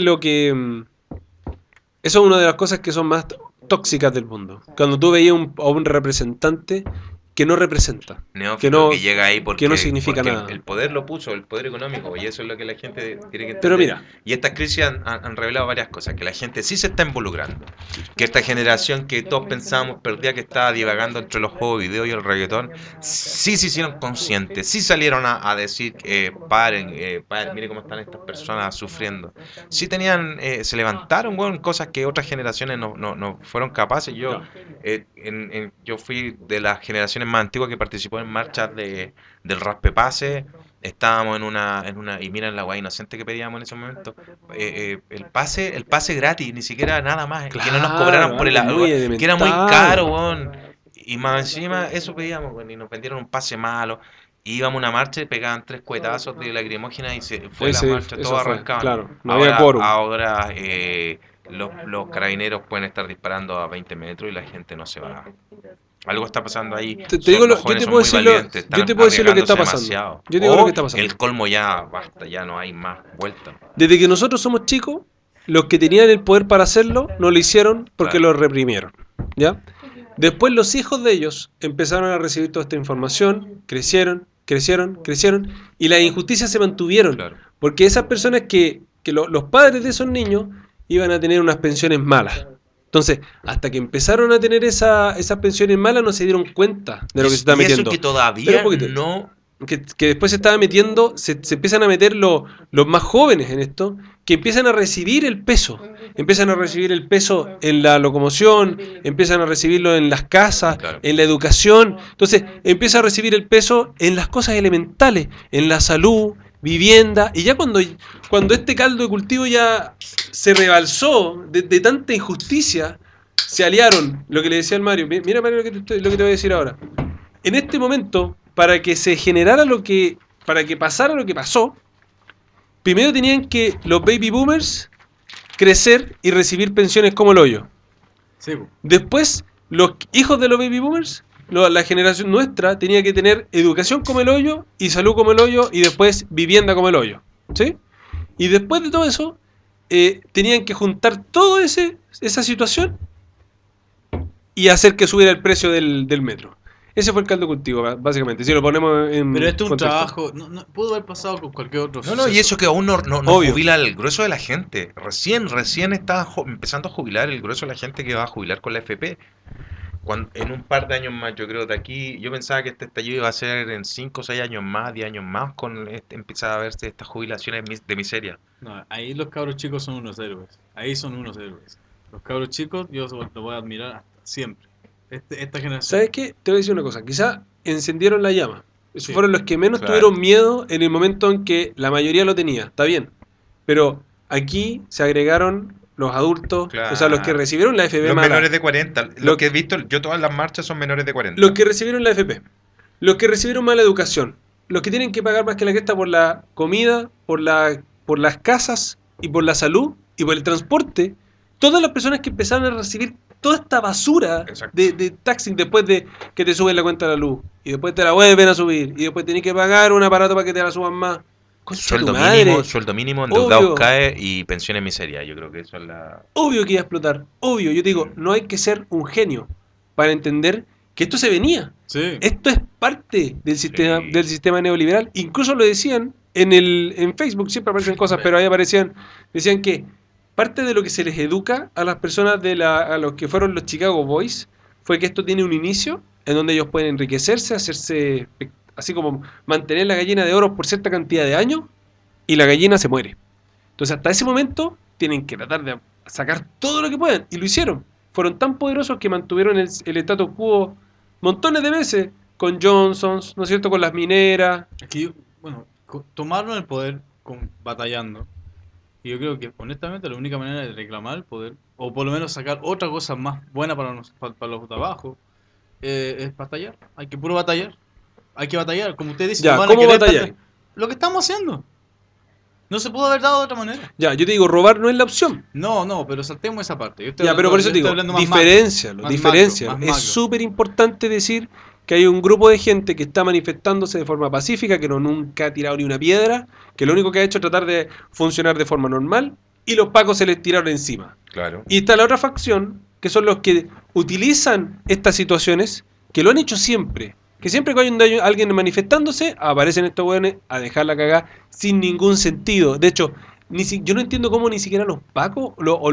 eso es una de las cosas que son más tóxicas del mundo. Cuando tú veías a un representante que no representa. Neófito que llega ahí porque, que no significa porque nada. El poder lo puso, el poder económico, y eso es lo que la gente tiene que entender. Pero mira, y estas crisis han revelado varias cosas, que la gente sí se está involucrando, que esta generación que todos pensábamos perdida, que estaba divagando entre los juegos de video y el reggaetón, sí se hicieron conscientes, sí salieron a decir, paren, mire cómo están estas personas sufriendo. Sí tenían, se levantaron, bueno, cosas que otras generaciones no fueron capaces. Yo fui de las generaciones más antiguas que participó en marchas del Raspepase. Estábamos en una y miren la guay inocente que pedíamos en ese momento, el pase gratis, ni siquiera nada más, claro, que no nos cobraran por el agua, que era muy elemental. caro, weón. Y más encima eso pedíamos, weón, y nos vendieron un pase malo. Íbamos a una marcha y pegaban 3 cuetazos de lacrimógena y se fue la marcha, todo arrancado. Claro, no había quórum. Ahora los carabineros pueden estar disparando a 20 metros y la gente no se va. Algo está pasando ahí. Te digo, yo te puedo decir lo que está pasando. Demasiado. Yo te digo lo que está pasando. El colmo ya basta, ya no hay más vuelta. Desde que nosotros somos chicos, los que tenían el poder para hacerlo no lo hicieron porque Claro. lo reprimieron, ¿ya? Después los hijos de ellos empezaron a recibir toda esta información, crecieron y las injusticias se mantuvieron. Claro. Porque esas personas que los padres de esos niños iban a tener unas pensiones malas. Entonces, hasta que empezaron a tener esas pensiones malas, no se dieron cuenta de lo que se está Y metiendo. eso que todavía Pero un poquito. no... Que después se estaba metiendo, se empiezan a meter los más jóvenes en esto, que empiezan a recibir el peso. Empiezan a recibir el peso en la locomoción, empiezan a recibirlo en las casas, Claro. en la educación. Entonces, empieza a recibir el peso en las cosas elementales, en la salud, vivienda. Y ya cuando este caldo de cultivo ya se rebalsó de tanta injusticia, se aliaron, lo que le decía al Mario. Mira, Mario, lo que te voy a decir ahora. En este momento, para que se generara para que pasara lo que pasó, primero tenían que los baby boomers crecer y recibir pensiones como el hoyo. Sí, po. Después, los hijos de los baby boomers, la generación nuestra, tenía que tener educación como el hoyo y salud como el hoyo y después vivienda como el hoyo. ¿Sí? Y después de todo eso, tenían que juntar toda esa situación y hacer que subiera el precio del metro. Ese fue el caldo cultivo, básicamente. Si lo ponemos en Pero esto es un contexto. trabajo. No pudo haber pasado con cualquier otro. No, y suceso. eso que aún no Obvio. jubila el grueso de la gente. Recién está empezando a jubilar el grueso de la gente que va a jubilar con la FP. En un par de años más, yo creo, de aquí, yo pensaba que este estallido iba a ser en 5 o 6 años más, 10 años más, empezaba a verse estas jubilaciones de miseria. No, ahí los cabros chicos son unos héroes. Ahí son unos héroes. Los cabros chicos, yo los voy a admirar hasta siempre. Esta generación. ¿Sabes qué? Te voy a decir una cosa. Quizás encendieron la llama. Esos Sí. fueron los que menos Claro. tuvieron miedo en el momento en que la mayoría lo tenía. Está bien. Pero aquí se agregaron los adultos, Claro. o sea, los que recibieron la FP Los mala. menores de 40. Lo- Lo que he visto, yo todas las marchas son menores de 40. Los que recibieron la FP. Los que recibieron mala educación. Los que tienen que pagar más que la cresta por la comida, por las casas y por la salud y por el transporte. Todas las personas que empezaron a recibir toda esta basura Exacto. de taxing después de que te suben la cuenta de la luz y después te la vuelven a subir y después tenés que pagar un aparato para que te la suban más. Concha tu madre. Sueldo mínimo, endeudados Obvio. CAE y pensiones miseria. Yo creo que eso es la... Obvio que iba a explotar. Obvio. Yo te digo, no hay que ser un genio para entender que esto se venía. Sí. Esto es parte del sistema neoliberal. Incluso lo decían en Facebook, siempre aparecen cosas, pero ahí decían que parte de lo que se les educa a las personas a los que fueron los Chicago Boys fue que esto tiene un inicio en donde ellos pueden enriquecerse, hacerse así como mantener la gallina de oro por cierta cantidad de años y la gallina se muere. Entonces hasta ese momento tienen que tratar de sacar todo lo que puedan y lo hicieron. Fueron tan poderosos que mantuvieron el status quo montones de veces con Johnsons, ¿no es cierto?, con las mineras. Aquí, bueno, tomaron el poder batallando. Y yo creo que, honestamente, la única manera de reclamar el poder, o por lo menos sacar otra cosa más buena para los de abajo, es batallar. Hay que puro batallar. Hay que batallar. Como usted dice, Ya, no van a ¿cómo querer batallar? lo que estamos haciendo. No se pudo haber dado de otra manera. Ya, yo te digo, robar no es la opción. No, pero saltemos esa parte. Yo estoy Ya, pero hablando- por eso yo te estoy digo, hablando más diferéncialo, macro, más diferéncialo. macro, más Es macro. súper importante decir que hay un grupo de gente que está manifestándose de forma pacífica, que nunca ha tirado ni una piedra, que lo único que ha hecho es tratar de funcionar de forma normal, y los pacos se les tiraron encima. Claro. Y está la otra facción, que son los que utilizan estas situaciones, que lo han hecho siempre, Que siempre que hay alguien manifestándose, aparecen estos weones a dejar la cagada sin ningún sentido. De hecho, yo no entiendo cómo ni siquiera los pacos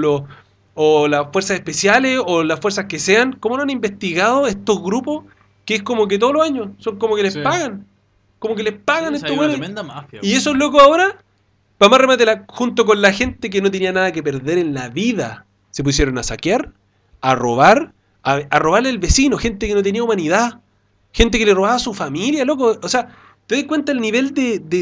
o las fuerzas especiales o las fuerzas que sean, cómo no han investigado estos grupos que es como que todos los años son como que les pagan. Como que les pagan estos weones. Tremenda mafia. Y esos locos ahora, para más rematela, junto con la gente que no tenía nada que perder en la vida, se pusieron a saquear, a robar, a robarle al vecino, gente que no tenía humanidad. Gente que le robaba a su familia, loco. O sea, ¿te das cuenta el nivel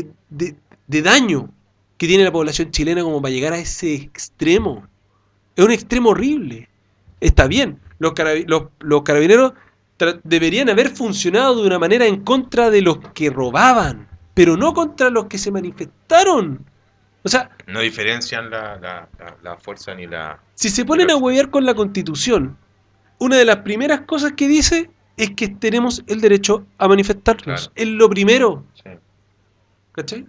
de daño que tiene la población chilena como para llegar a ese extremo? Es un extremo horrible. Está bien, los carabineros deberían haber funcionado de una manera en contra de los que robaban, pero no contra los que se manifestaron. O sea, no diferencian la fuerza ni la... Si se ponen a huevear con la Constitución, una de las primeras cosas que dice es que tenemos el derecho a manifestarnos. Claro. Es lo primero. Sí. ¿Cachai?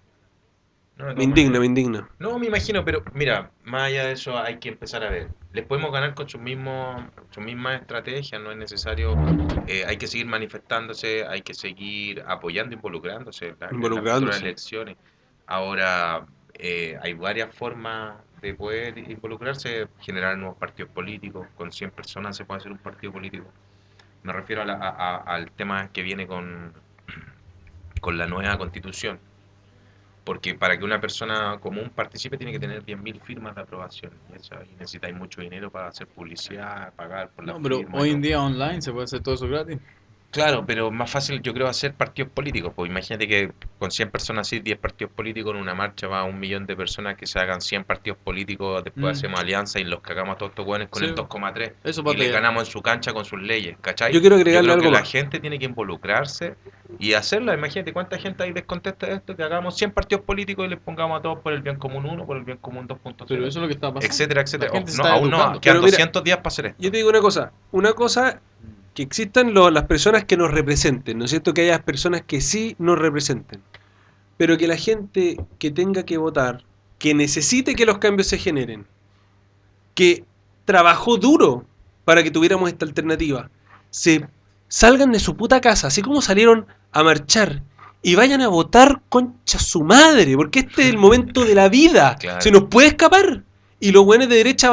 No, Me indigna. No, me imagino, pero mira, más allá de eso hay que empezar a ver. Les podemos ganar con sus mismas estrategias, no es necesario, hay que seguir manifestándose, hay que seguir apoyando, involucrándose en las futuras elecciones. Ahora, hay varias formas de poder involucrarse, generar nuevos partidos políticos, con 100 personas se puede hacer un partido político. Me refiero al tema que viene con la nueva constitución. Porque para que una persona común participe tiene que tener 10.000 firmas de aprobación. Y necesitáis mucho dinero para hacer publicidad, pagar por la firma. No, pero hoy en día online se puede hacer todo eso gratis. Claro, pero más fácil yo creo hacer partidos políticos. Pues imagínate que con 100 personas así, 10 partidos políticos, en una marcha va 1 millón de personas que se hagan 100 partidos políticos, después hacemos alianza y los cagamos a todos estos hueones con el 2,3. Y le ganamos en su cancha con sus leyes, ¿cachai? Yo quiero agregarle creo algo que más. La gente tiene que involucrarse y hacerlo. Imagínate cuánta gente ahí les contesta esto, que hagamos 100 partidos políticos y les pongamos a todos por el bien común 1, por el bien común 2.0. Pero eso es lo que está pasando. Etcétera, etcétera. No, aún no, quedan 200 días para hacer esto. Yo te digo una cosa, que existan las personas que nos representen, ¿no es cierto? Que haya personas que sí nos representen, pero que la gente que tenga que votar, que necesite que los cambios se generen, que trabajó duro para que tuviéramos esta alternativa, se salgan de su puta casa, así como salieron a marchar, y vayan a votar concha su madre, porque este es el momento de la vida. Claro. Se nos puede escapar. Y los buenos de derecha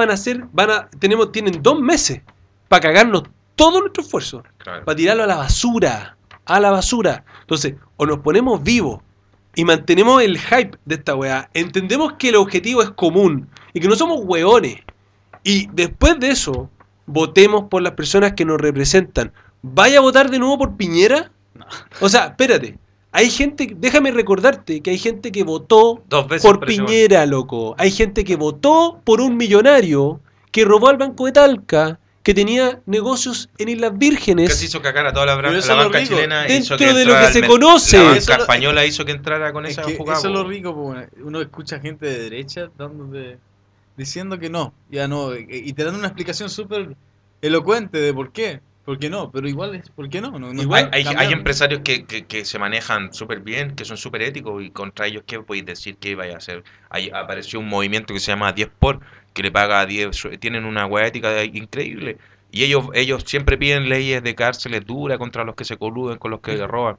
tienen 2 meses para cagarnos todo nuestro esfuerzo, Claro. para tirarlo a la basura. Entonces, o nos ponemos vivos y mantenemos el hype de esta weá, entendemos que el objetivo es común y que no somos weones, y después de eso, votemos por las personas que nos representan. ¿Vaya a votar de nuevo por Piñera? No. O sea, espérate. Hay gente, déjame recordarte que hay gente que votó 2 veces por Piñera, loco. Hay gente que votó por un millonario que robó al Banco de Talca, que tenía negocios en Islas Vírgenes. Casi hizo cagar a toda la Pero eso banca es lo rico. chilena. Dentro Hizo que de lo que entrara se la conoce. banca Eso lo- española hizo que entrara con Es esa que jugada. eso es lo rico, pues, uno escucha gente de derecha diciendo que no, ya no, y te dan una explicación súper elocuente de por qué. ¿Por qué no? Pero igual es, ¿por qué no? Igual Hay empresarios que se manejan súper bien, que son súper éticos, y contra ellos, ¿qué podéis decir que vaya a hacer? Apareció un movimiento que se llama 10 por, que le paga a 10, tienen una hueá ética increíble, y ellos siempre piden leyes de cárceles duras contra los que se coluden, con los que roban.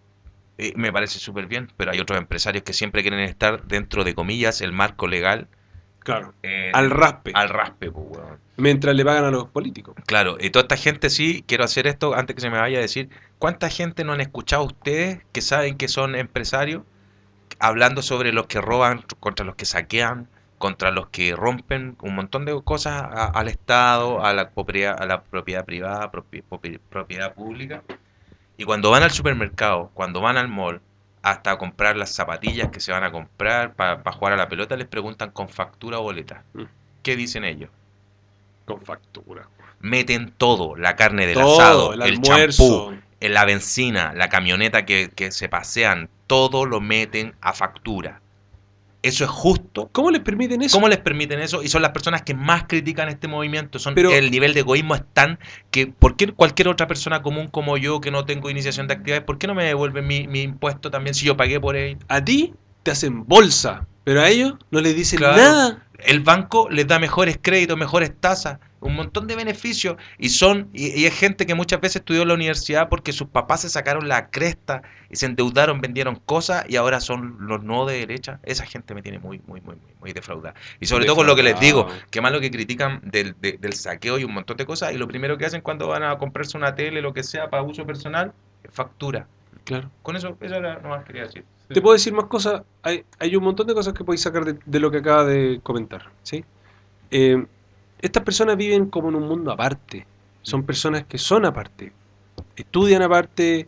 Me parece súper bien, pero hay otros empresarios que siempre quieren estar dentro de, comillas, el marco legal. Claro. Al raspe. Al raspe, pues, weón. Mientras le pagan a los políticos. Claro, y toda esta gente, sí, quiero hacer esto antes que se me vaya a decir, ¿cuánta gente no han escuchado ustedes que saben que son empresarios hablando sobre los que roban, contra los que saquean, contra los que rompen un montón de cosas al Estado, a la propiedad privada, propiedad pública? Y cuando van al supermercado, cuando van al mall, hasta comprar las zapatillas que se van a comprar para jugar a la pelota, les preguntan con factura o boleta. ¿Qué dicen ellos? Con factura. Meten todo, la carne del Todo, asado, el el almuerzo. champú, la benzina, la camioneta que se pasean, todo lo meten a factura. ¿Eso es justo? ¿Cómo les permiten eso? ¿Cómo les permiten eso? Y son las personas que más critican este movimiento. Pero- el nivel de egoísmo es tan que, ¿por qué cualquier otra persona común como yo, que no tengo iniciación de actividades, por qué no me devuelven mi impuesto también si yo pagué por él? A ti te hacen bolsa, pero a ellos no les dicen Claro. nada. el banco les da mejores créditos, mejores tasas, un montón de beneficios y es gente que muchas veces estudió en la universidad porque sus papás se sacaron la cresta y se endeudaron, vendieron cosas y ahora son los no de derecha. Esa gente me tiene muy defraudada. Y sobre todo con lo que les digo, que más lo que critican del saqueo y un montón de cosas y lo primero que hacen cuando van a comprarse una tele, lo que sea, para uso personal, es factura. Claro. Con eso era nomás quería decir. Te puedo decir más cosas. Hay un montón de cosas que podéis sacar de lo que acaba de comentar, ¿sí? Estas personas viven como en un mundo aparte. Son personas que son aparte. Estudian aparte,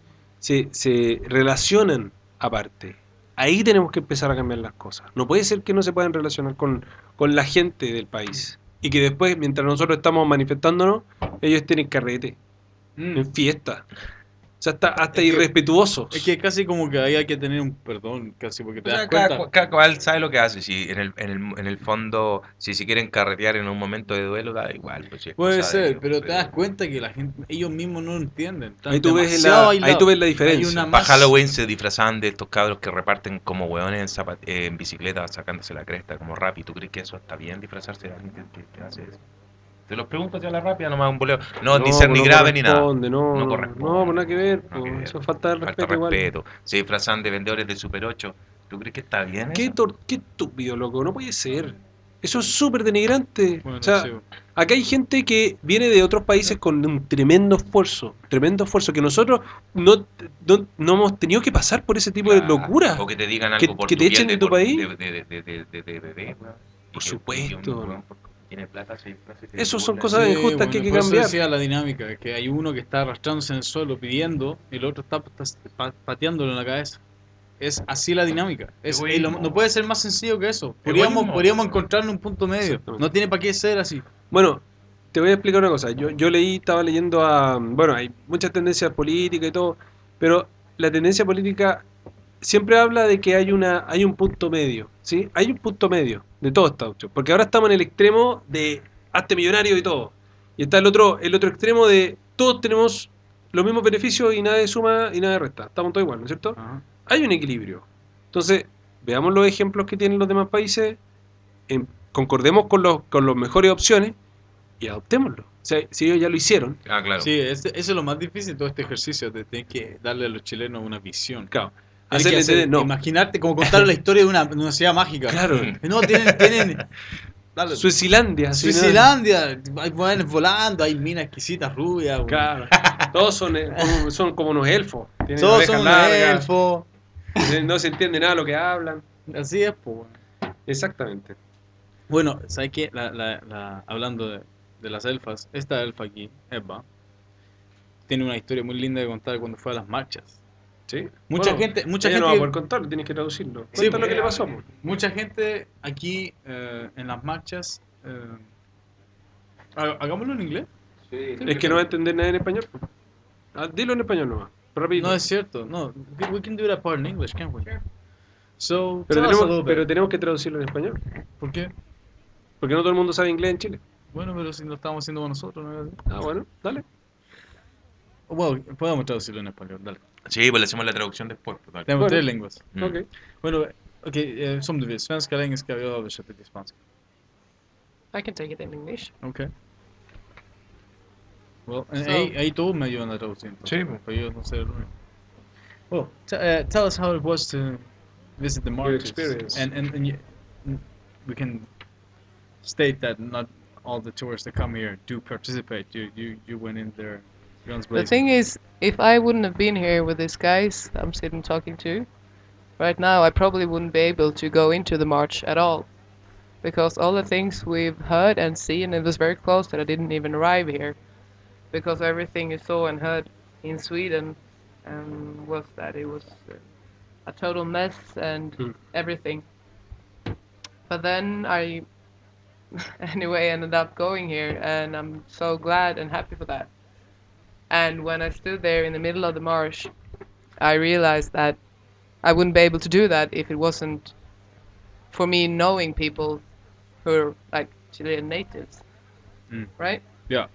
se relacionan aparte. Ahí tenemos que empezar a cambiar las cosas. No puede ser que no se puedan relacionar con la gente del país. Y que después, mientras nosotros estamos manifestándonos, ellos tienen carrete, en fiesta. O sea, hasta irrespetuosos. Es que casi como que ahí hay que tener un perdón, casi porque te O das sea, cuenta. cada cual sabe lo que hace. Si en el fondo, si quieren carretear en un momento de duelo, da igual. Pues, si es Puede cosa de ser, ellos, pero te das cuenta que la gente, ellos mismos no lo entienden. Están Ahí tú ves demasiado ahí tú aislados. ves la diferencia. Hay una Para más- Halloween se disfrazaban de estos cabros que reparten como hueones en bicicleta sacándose la cresta como rap. ¿Y tú crees que eso está bien disfrazarse de alguien que hace eso? Te los pregunto así a la rápida, nomás un boleo. No, ni ser pues ni grave ni nada. corresponde, No corresponde. No, pues nada que ver. Nada que ver. Eso es falta de Falta respeto igual. respeto. Se disfrazan de vendedores de Super 8. ¿Tú crees que está bien eso? Qué estúpido, loco. No puede ser. Eso es súper denigrante. Bueno, O sea, sí. acá hay gente que viene de otros países con un tremendo esfuerzo, que nosotros no hemos tenido que pasar por ese tipo de Claro. locura. O que te digan Que- algo por que tu te piel echen de tu país. de bebé, weón. Por Y que supuesto. un weón porque tiene plata se disfraza y se Esos son burla. cosas injustas bueno, que hay que por eso cambiar. decía la dinámica, que hay uno que está arrastrándose en el suelo pidiendo y el otro está pateándolo en la cabeza. Es así la dinámica. Egoísmo. No puede ser más sencillo que eso. Egoísmo. Podríamos encontrar un punto medio. Exactamente. No tiene para qué ser así. Bueno, te voy a explicar una cosa. Yo estaba leyendo bueno, hay muchas tendencias políticas y todo, pero la tendencia política siempre habla de que hay un punto medio, ¿sí? Hay un punto medio de todo esta opción, porque ahora estamos en el extremo de hazte millonario y todo. Y está el otro extremo de todos tenemos los mismos beneficios y nadie suma y nadie resta. Estamos todos igual, ¿no es cierto? Ajá. Hay un equilibrio. Entonces, veamos los ejemplos que tienen los demás países, concordemos con las mejores opciones y adoptémoslo. O sea, si ellos ya lo hicieron, Ah, claro. Sí, eso es lo más difícil de todo este ejercicio, de tener que darle a los chilenos una visión. claro, Tienes hacerle que entender, no, Imaginarte como contar la historia de una ciudad mágica. claro, No, tienen dale. Suicilandia, así, ¿no? Suicilandia, hay buenos volando, hay minas exquisitas rubias. güey. Claro, todos son como unos elfos, tienen Todos orejas son unos largas, elfos. no se entiende nada de lo que hablan. Así es, pues. Exactamente. Bueno, ¿sabes qué? Hablando de las elfas, esta elfa aquí, Eva, tiene una historia muy linda de contar cuando fue a las marchas. ¿Sí? Mucha Bueno, gente ella no va a poder contarlo, tienes que traducirlo. Sí, Cuenta lo que le pasó. Pues. Mucha gente aquí en las marchas. Hagámoslo en inglés. Es que no va a entender nada en español. Pues. Dilo en español nomás, rápido. No es cierto. No, we can do that part in English, can't we? So, pero, tell us a little bit. tenemos que traducirlo en español. ¿Por qué? Porque no todo el mundo sabe inglés en Chile. Bueno, pero si lo estamos haciendo con nosotros, ¿no es así? Ah, bueno, dale. Bueno, podemos traducirlo en español, dale. Sí, pues le hacemos la traducción después. Pues, dale. Tenemos Bueno. 3 lenguas. Mm. Ok. Bueno, som du vill. Svenska eller engelska, jag översätter till spanska. I can take it in English. Okay. Well, So- ahí todos me ayudan a traducir. entonces, Sí, pues. para yo no ser el único. Well, tell us how it was to visit the markets. experience. And we can state that not all the tourists that come here do participate. You went in there, guns The blazing. thing is, if I wouldn't have been here with these guys I'm sitting talking to, right now I probably wouldn't be able to go into the march at all. Because all the things we've heard and seen, it was very close that I didn't even arrive here. Because everything you saw and heard in Sweden was that it was a total mess and Mm. everything. But then I anyway ended up going here, and I'm so glad and happy for that. And when I stood there in the middle of the marsh, I realized that I wouldn't be able to do that if it wasn't for me knowing people who are like Chilean natives. Mm. Right? Ya.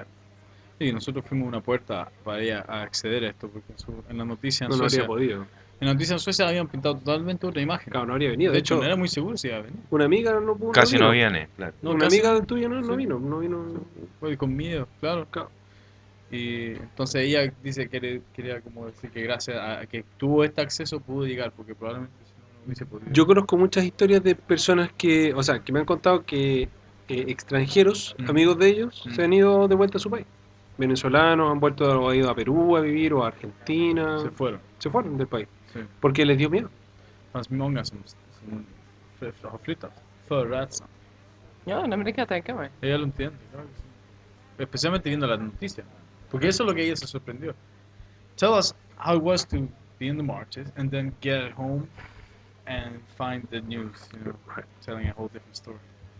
Sí, nosotros fuimos una puerta para ir a acceder a esto, porque en la noticia en No lo Suecia habría podido. En Noticias en Suecia habían pintado totalmente otra imagen. Claro, no habría venido. De De hecho, no hecho, era muy seguro si iba a venir. una amiga no pudo. Casi no vino. viene, claro. No, Una casi amiga tuya no sí. vino, no vino. Fue con miedo, claro. Claro. Y entonces ella dice que quería como decir que gracias a que tuvo este acceso pudo llegar, porque probablemente si no, no hubiese podido. Yo conozco muchas historias de personas que, o sea, que me han contado que extranjeros, Ujú. amigos de ellos, Ujú. se han ido de vuelta a su país. Venezolanos han vuelto, han ido a Perú a vivir o a Argentina. Se fueron. Se fueron del país. Sí. Porque les dio miedo. Fast många som har flyttat för rädslan. Ja, nej, men det kan jag tänka mig. Ella lo entiende, claro que sí. Especialmente viendo las noticias. Porque eso es lo que ella se sorprendió. Tell us how it was to be in the marches and then get home and find the news, telling a whole different story.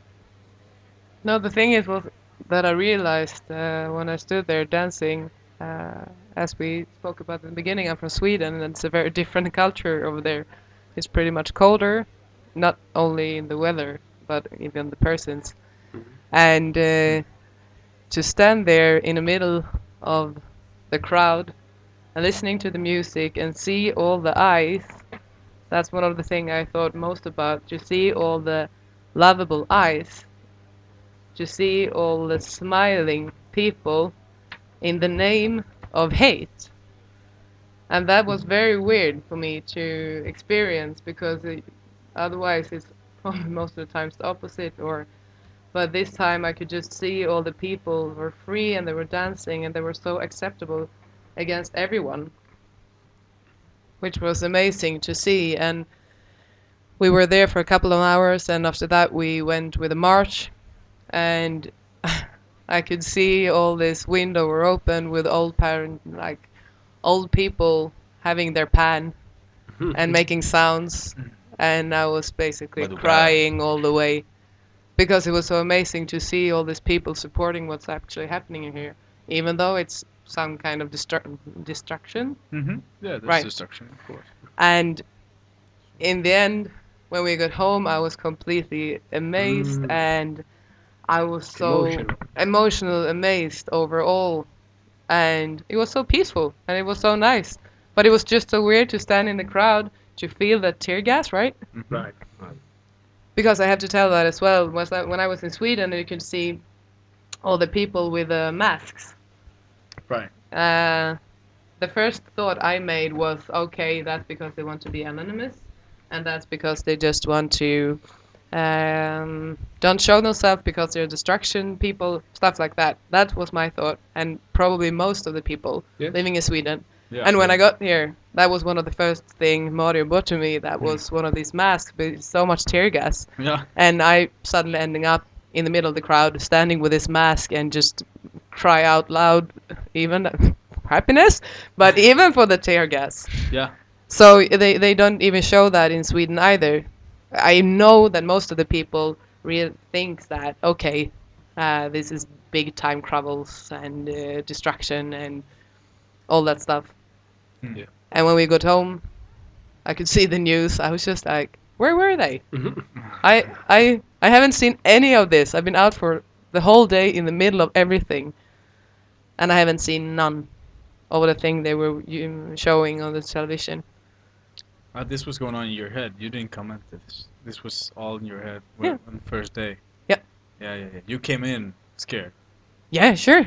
No, the thing is was that I realized when I stood there dancing, as we spoke about in the beginning, I'm from Sweden, and it's a very different culture over there. It's pretty much colder, not only in the weather, but even the persons. And to stand there in the middle of the crowd and listening to the music and see all the eyes, that's one of the things I thought most about. To see all the lovable eyes, to see all the smiling people in the name of hate. And that was very weird for me to experience, because otherwise it's probably most of the times the opposite. But this time I could just see all the people were free and they were dancing and they were so acceptable against everyone, which was amazing to see. And we were there for a couple of hours, and after that we went with a march, and I could see all this window were open with old people having their pan and making sounds, and I was basically Batucada. crying all the way, because it was so amazing to see all these people supporting what's actually happening in here, even though it's some kind of destruction. Mm-hmm. Yeah, there's Right. destruction, of course. And in the end, when we got home, I was completely amazed, and I was so emotional, amazed over all, and it was so peaceful, and it was so nice. But it was just so weird to stand in the crowd to feel that tear gas, right? Mm-hmm. Right. Because I have to tell that as well. Was that when I was in Sweden, you could see all the people with masks. Right. The first thought I made was, okay, that's because they want to be anonymous, and that's because they just want to don't show themselves because they're destruction people, stuff like that. That was my thought, and probably most of the people living in Sweden. Yeah, and when sure. I got here, that was one of the first thing Mario brought to me. That was one of these masks with so much tear gas. Yeah. And I suddenly ending up in the middle of the crowd, standing with this mask and just cry out loud, even happiness, but even for the tear gas. Yeah. So they don't even show that in Sweden either. I know that most of the people really thinks that, okay, this is big time troubles and destruction and all that stuff. Yeah. And when we got home, I could see the news. I was just like, where were they? I haven't seen any of this. I've been out for the whole day in the middle of everything, and I haven't seen none of the thing they were showing on the television. This was going on in your head. You didn't comment this. This was all in your head Yeah. on the first day. Yeah. Yeah. You came in scared. Yeah, sure.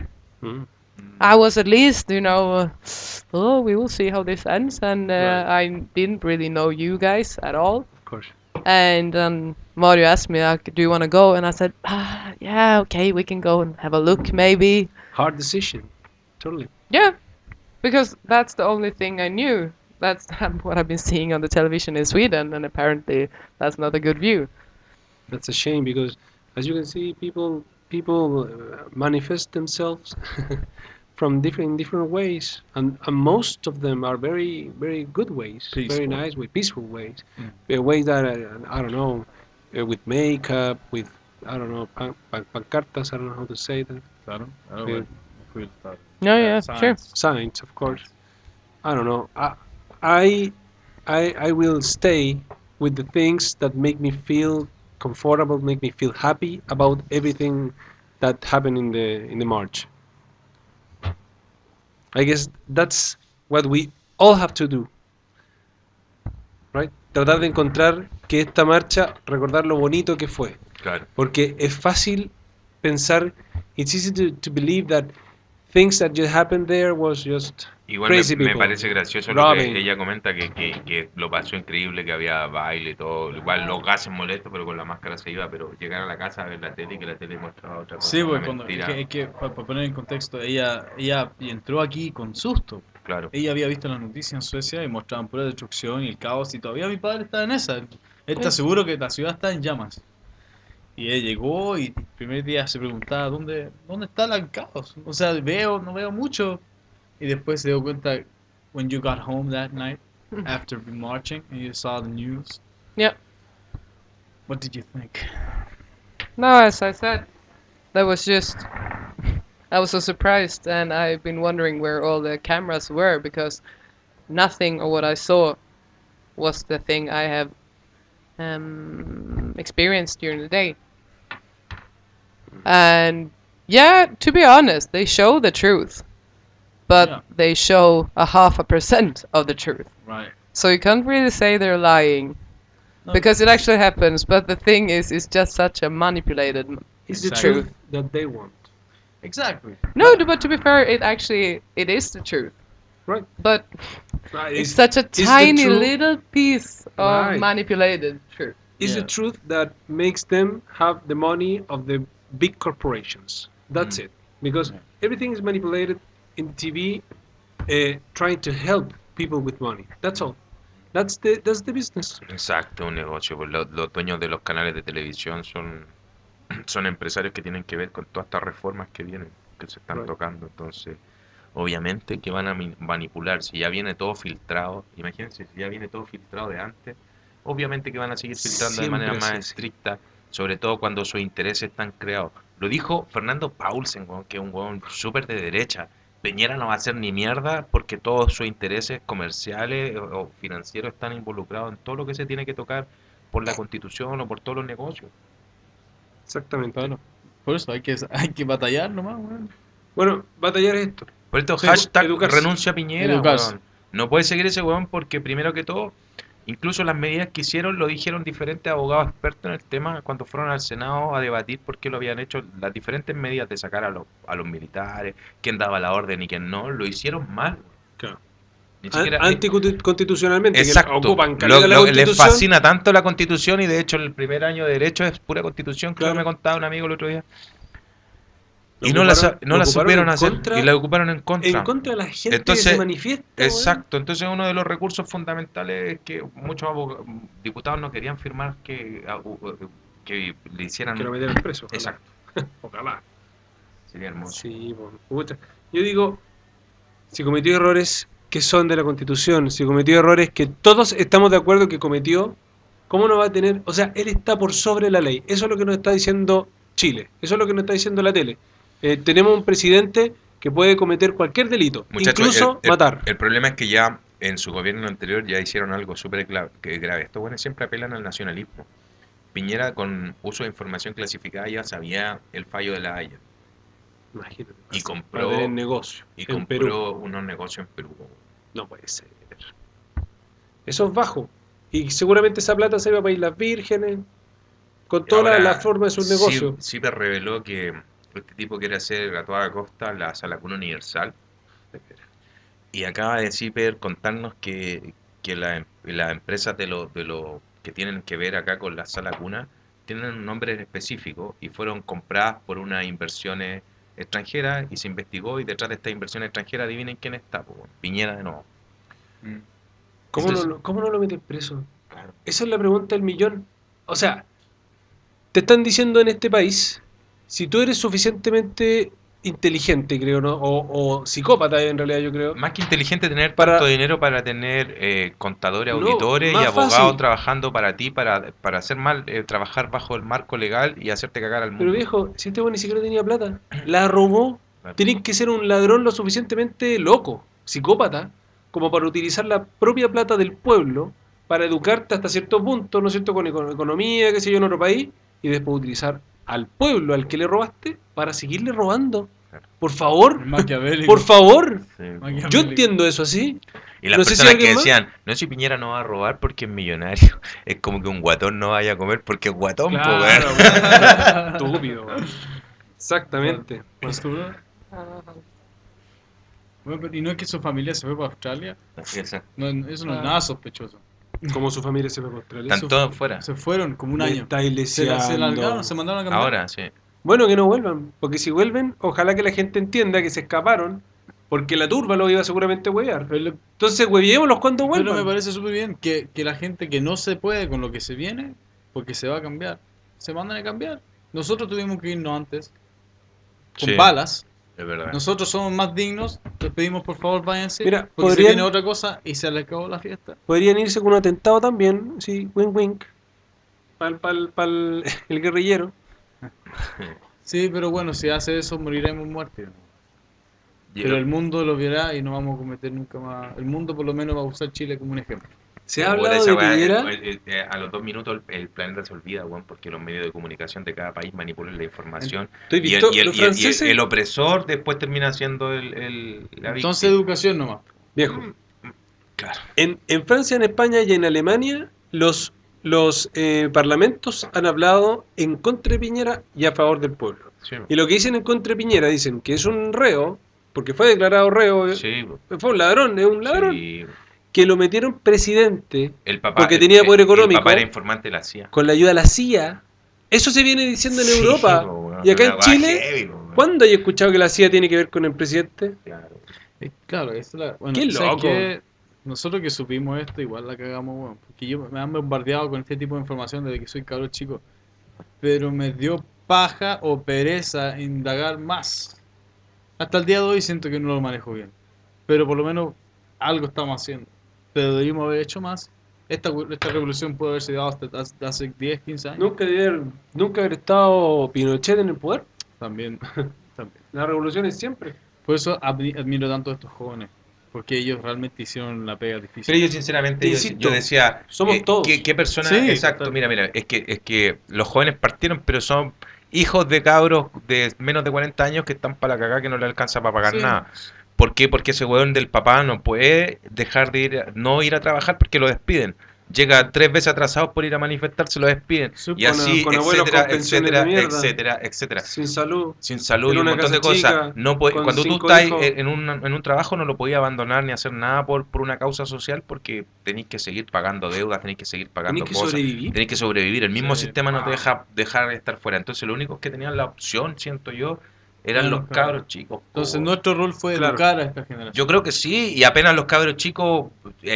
I was at least, we will see how this ends. And I didn't really know you guys at all. Of course. And Mario asked me, do you want to go? And I said, yeah, okay, we can go and have a look, maybe. Hard decision. Totally. Yeah, because that's the only thing I knew. That's what I've been seeing on the television in Sweden, and apparently that's not a good view. That's a shame, because as you can see, people manifest themselves from different ways, and most of them are very very good ways, Peaceful. very nice ways, peaceful ways, ways that I don't know, with makeup, with I don't know, pancartas, I don't know how to say that. Claro. Yeah, sure. Signs, of course. I don't know. I will stay with the things that make me feel comfortable, make me feel happy about everything that happened in the march. I guess that's what we all have to do. right? Tratar de encontrar que esta marcha, recordar lo bonito que fue. Claro. Porque es fácil pensar, it's easy to believe that things that just happened there was just Igual crazy me people. parece gracioso robbing. lo que ella comenta, que lo pasó increíble, que había baile y todo, igual los gases molestos, pero con la máscara se iba, pero llegar a la casa a ver la tele y que la tele mostraba otra cosa, Sí, una pues mentira. es que para poner en contexto, ella entró aquí con susto. Claro. Ella había visto las noticias en Suecia y mostraban pura destrucción y el caos y todavía mi padre está en esa. Él está seguro que la ciudad está en llamas. Y él llegó y el primer día se preguntaba ¿dónde está el caos? O sea, no veo mucho. Y después se dio cuenta when you got home that night after marching and you saw the news. Yeah. What did you think? No, as I said, that was just. I was so surprised, and I've been wondering where all the cameras were because nothing of what I saw was the thing I have experienced during the day. And yeah, to be honest, they show the truth, but Yeah. they show 0.5% of the truth. Right. So you can't really say they're lying No, because it actually happens. But the thing is, it's just such a manipulated. It's the Exactly. truth that they want. Exactly. No, but to be fair, it is the truth. Right. But Right, it's such a the tiny truth- little piece of Right. manipulated truth. It's Yeah. the truth that makes them have the money of the big corporations. That's it. Because Yeah. everything is manipulated in TV, trying to help people with money. That's all. That's the business. Exacto, un negocio. Pues los dueños de los canales de televisión son empresarios que tienen que ver con todas estas reformas que vienen, que se están Right. tocando. Entonces, obviamente que van a manipular. Si ya viene todo filtrado, imagínense, si ya viene todo filtrado de antes, obviamente que van a seguir filtrando de Siempre manera más es así. estricta, sobre todo cuando sus intereses están creados. Lo dijo Fernando Paulsen, weón, que es un weón súper de derecha. Piñera no va a hacer ni mierda porque todos sus intereses comerciales o financieros están involucrados en todo lo que se tiene que tocar por la constitución o por todos los negocios. Exactamente. Claro. Por eso hay que batallar nomás, weón. Bueno, batallar es esto. Por esto, Sí, hashtag educarse. renuncia a Piñera, Educarse. weón. No puede seguir ese weón porque primero que todo, incluso las medidas que hicieron lo dijeron diferentes abogados expertos en el tema cuando fueron al Senado a debatir por qué lo habían hecho, las diferentes medidas de sacar a los militares, quién daba la orden y quién no, lo hicieron mal. Claro. Ni siquiera, Anticonstitucionalmente. exacto. Que ocupan caleta la Les Constitución. fascina tanto la Constitución y de hecho el primer año de Derecho es pura Constitución, creo Claro. que me contaba un amigo el otro día. Lo Y no la ocuparon supieron en hacer contra- y la ocuparon en contra. En contra de la gente Entonces, que se manifiesta. weón. Exacto, entonces uno de los recursos fundamentales es que muchos diputados no querían firmar que le hicieran... Que lo metieran preso. ojalá. Exacto, Ojalá. sería hermoso. Sí, puta. Yo digo, si cometió errores que son de la Constitución, si cometió errores que todos estamos de acuerdo que cometió, ¿cómo no va a tener? O sea, él está por sobre la ley. Eso es lo que nos está diciendo Chile. Eso es lo que nos está diciendo la tele. Tenemos un presidente que puede cometer cualquier delito, Muchachos, incluso matar. El problema es que ya en su gobierno anterior ya hicieron algo súper grave. Estos buenos siempre apelan al nacionalismo. Piñera con uso de información clasificada ya sabía el fallo de la Haya Imagínate. y para compró, tener negocio y en Perú. compró unos negocios en Perú. No puede ser. Eso es bajo. Y seguramente esa plata se iba para Islas Vírgenes, con toda Ahora, la forma de sus negocios. Ciper reveló que este tipo quiere hacer a toda costa la sala cuna universal. Y acaba de Ciper contarnos que las empresas de lo que tienen que ver acá con la sala cuna tienen un nombre específico y fueron compradas por unas inversiones extranjeras y se investigó y detrás de estas inversiones extranjeras adivinen quién está, po, Piñera de nuevo. ¿Cómo no lo meten preso? Claro. Esa es la pregunta del millón. O sea, te están diciendo en este país, si tú eres suficientemente inteligente, creo, ¿no? O psicópata, en realidad, yo creo. Más que inteligente tener Para- tanto dinero para tener contadores, No, auditores y más abogados fácil. trabajando para ti, para hacer mal, trabajar bajo el marco legal y hacerte cagar al mundo. Pero viejo, si este güey ni siquiera tenía plata, la robó. Claro. Tienes que ser un ladrón lo suficientemente loco, psicópata, como para utilizar la propia plata del pueblo para educarte hasta cierto punto, ¿no es cierto?, con economía, qué sé yo, en otro país, y después utilizar al pueblo al que le robaste para seguirle robando. Claro. Por favor, Maquiavélico. por favor. Sí. Yo entiendo eso así. Y las No sé si personas que alguien más. decían, no, si Piñera no va a robar porque es millonario, es como que un guatón no vaya a comer porque es guatón, po, Claro, weón. weón. Estúpido, weón. Exactamente. ¿Qué es tu verdad? Ajá. Bueno, y no es que su familia se fue para Australia. Exacto. No, eso no es Ah. nada sospechoso. Como su familia se fue a Australia. Están todos fuera. Se fueron como un Me año. está Se iglesiando. largaron, se mandaron a cambiar. Ahora, sí. Bueno, que no vuelvan, porque si vuelven, ojalá que la gente entienda que se escaparon, porque la turba los iba seguramente a huevear. Entonces, hueviémoslos cuando Pero me vuelvan. parece súper bien que la gente que no se puede con lo que se viene, porque se va a cambiar, se mandan a cambiar. Nosotros tuvimos que irnos antes, con Sí, balas. es verdad. Nosotros somos más dignos, les pedimos por favor váyanse, Mira, porque se podrían- viene otra cosa y se les acabó la fiesta. Podrían irse con un atentado también, sí, wink wink, para el guerrillero. Sí, pero bueno, si hace eso moriremos muertos. Yo- Pero el mundo lo verá y no vamos a cometer nunca más. El mundo por lo menos va a usar Chile como un ejemplo. Se ha Puta, hablado esa de weá, Piñera. a los 2 minutos el planeta se olvida, weón, porque los medios de comunicación de cada país manipulan la información. ¿Tú has Y el, visto y el- los y el- y el- franceses? el opresor después termina siendo la Entonces víctima. educación nomás. Viejo. Claro. En Francia, en España y en Alemania, los parlamentos han hablado en contra de Piñera y a favor del pueblo. Sí, Y lo que dicen en contra de Piñera, dicen que es un reo, porque fue declarado reo, sí, fue un ladrón, es un ladrón, sí. que lo metieron presidente El papá, porque tenía poder económico, El papá era informante de la CIA. con la ayuda de la CIA. Eso se viene diciendo en Sí, Europa. po, weón, Y acá una en weá Chile, heavy, po, weón. ¿cuándo hay escuchado que la CIA tiene que ver con el presidente? Claro. Claro, esa es la. Bueno, ¡Qué ¿sabes loco! qué? Nosotros que supimos esto, igual la cagamos, weón. Porque me han bombardeado con este tipo de información desde que soy cabrón chico. Pero me dio paja o pereza indagar más. Hasta el día de hoy siento que no lo manejo bien. Pero por lo menos algo estamos haciendo. Pero debimos haber hecho más. Esta revolución puede haberse dado hasta hace 10, 15 años. Nunca haber estado Pinochet en el poder. También, también. La revolución es siempre. Por eso admiro tanto a estos jóvenes. Porque ellos realmente hicieron la pega difícil. Pero yo sinceramente, Insisto, yo decía, somos todos. ¿qué persona? Sí, Exacto, total. mira, es que los jóvenes partieron, pero son hijos de cabros de menos de 40 años que están para la cagada que no le alcanza para pagar Sí. nada. ¿Por qué? Porque ese weón del papá no puede dejar de no ir a trabajar porque lo despiden. Llega 3 veces atrasado por ir a manifestarse, lo despiden. Sí, Y con- así, con abuelos etcétera, con pensiones de etcétera, mierda. etcétera, etcétera. Sin salud. Sin salud En y un una montón de casa cosas. chica, No puede, con cuando tú 5 estás hijos. en un trabajo no lo podías abandonar ni hacer nada por una causa social porque tenéis que seguir pagando deudas, tenéis que seguir pagando Tenés que cosas. sobrevivir. Tenéis que sobrevivir. El mismo Sí. sistema no te deja dejar de estar fuera. Entonces, los únicos que tenían la opción, siento yo, eran Eran los los cabros. cabros chicos. po. Entonces nuestro rol fue Claro. educar a esta generación. Yo creo que sí, y apenas los cabros chicos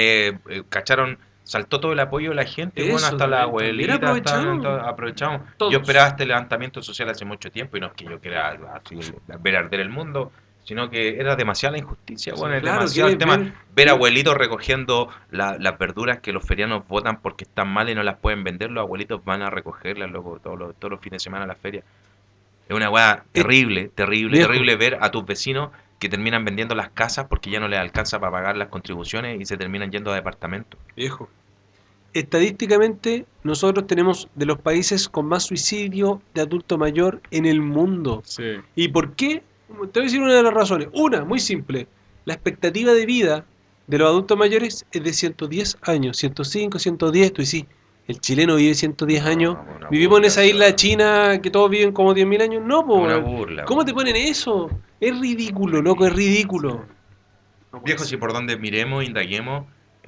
cacharon, saltó todo el apoyo de la gente, Eso, bueno, hasta la también abuelita, aprovechamos. aprovechamos. Todos. Yo esperaba este levantamiento social hace mucho tiempo, y no es que yo quiera así, ver arder el mundo, sino que era demasiada la injusticia, Sí, bueno, es claro, demasiado el quieres tema. Ver abuelitos recogiendo las verduras que los ferianos botan porque están mal y no las pueden vender, los abuelitos van a recogerlas luego todos los fines de semana a la feria. Es una weá terrible, terrible, viejo. terrible ver a tus vecinos que terminan vendiendo las casas porque ya no les alcanza para pagar las contribuciones y se terminan yendo a departamentos. Viejo. Estadísticamente, nosotros tenemos de los países con más suicidio de adulto mayor en el mundo. Sí. ¿Y por qué? Te voy a decir una de las razones. Una, muy simple. La expectativa de vida de los adultos mayores es de 110 años. 105, 110. Tú decís, ¿el chileno vive 110 años? una ¿Vivimos en burla, esa isla weón. china que todos viven como 10.000 años? No, po, Una weón. burla. ¿Cómo te weón. ponen eso? Es ridículo, loco, es ridículo. Viejo, si por donde miremos, indaguemos,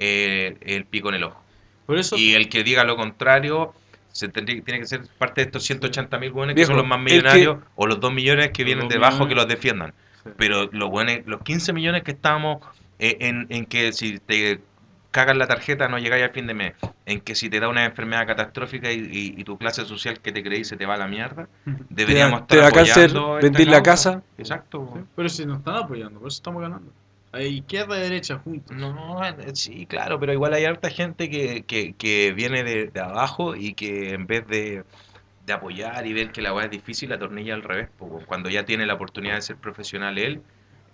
el pico en el ojo. Por eso, Y el que diga lo contrario tiene que ser parte de estos 180.000 buenos que Viejo, son los más el millonarios o los 2 millones que vienen 2 debajo millones. que los defiendan. Sí. Pero los 15 millones que estamos en que si te cagas la tarjeta no llegáis al fin de mes, en que si te da una enfermedad catastrófica y tu clase social que te creí se te va a la mierda, deberíamos te da estar cáncer, apoyando esta vender la causa. casa. Exacto. sí, pero si nos están apoyando, por eso estamos ganando. A izquierda y derecha juntos. No, sí, claro, pero igual hay harta gente que viene de abajo y que en vez de apoyar y ver que la weá es difícil, la tornilla al revés. Po. Cuando ya tiene la oportunidad de ser profesional él,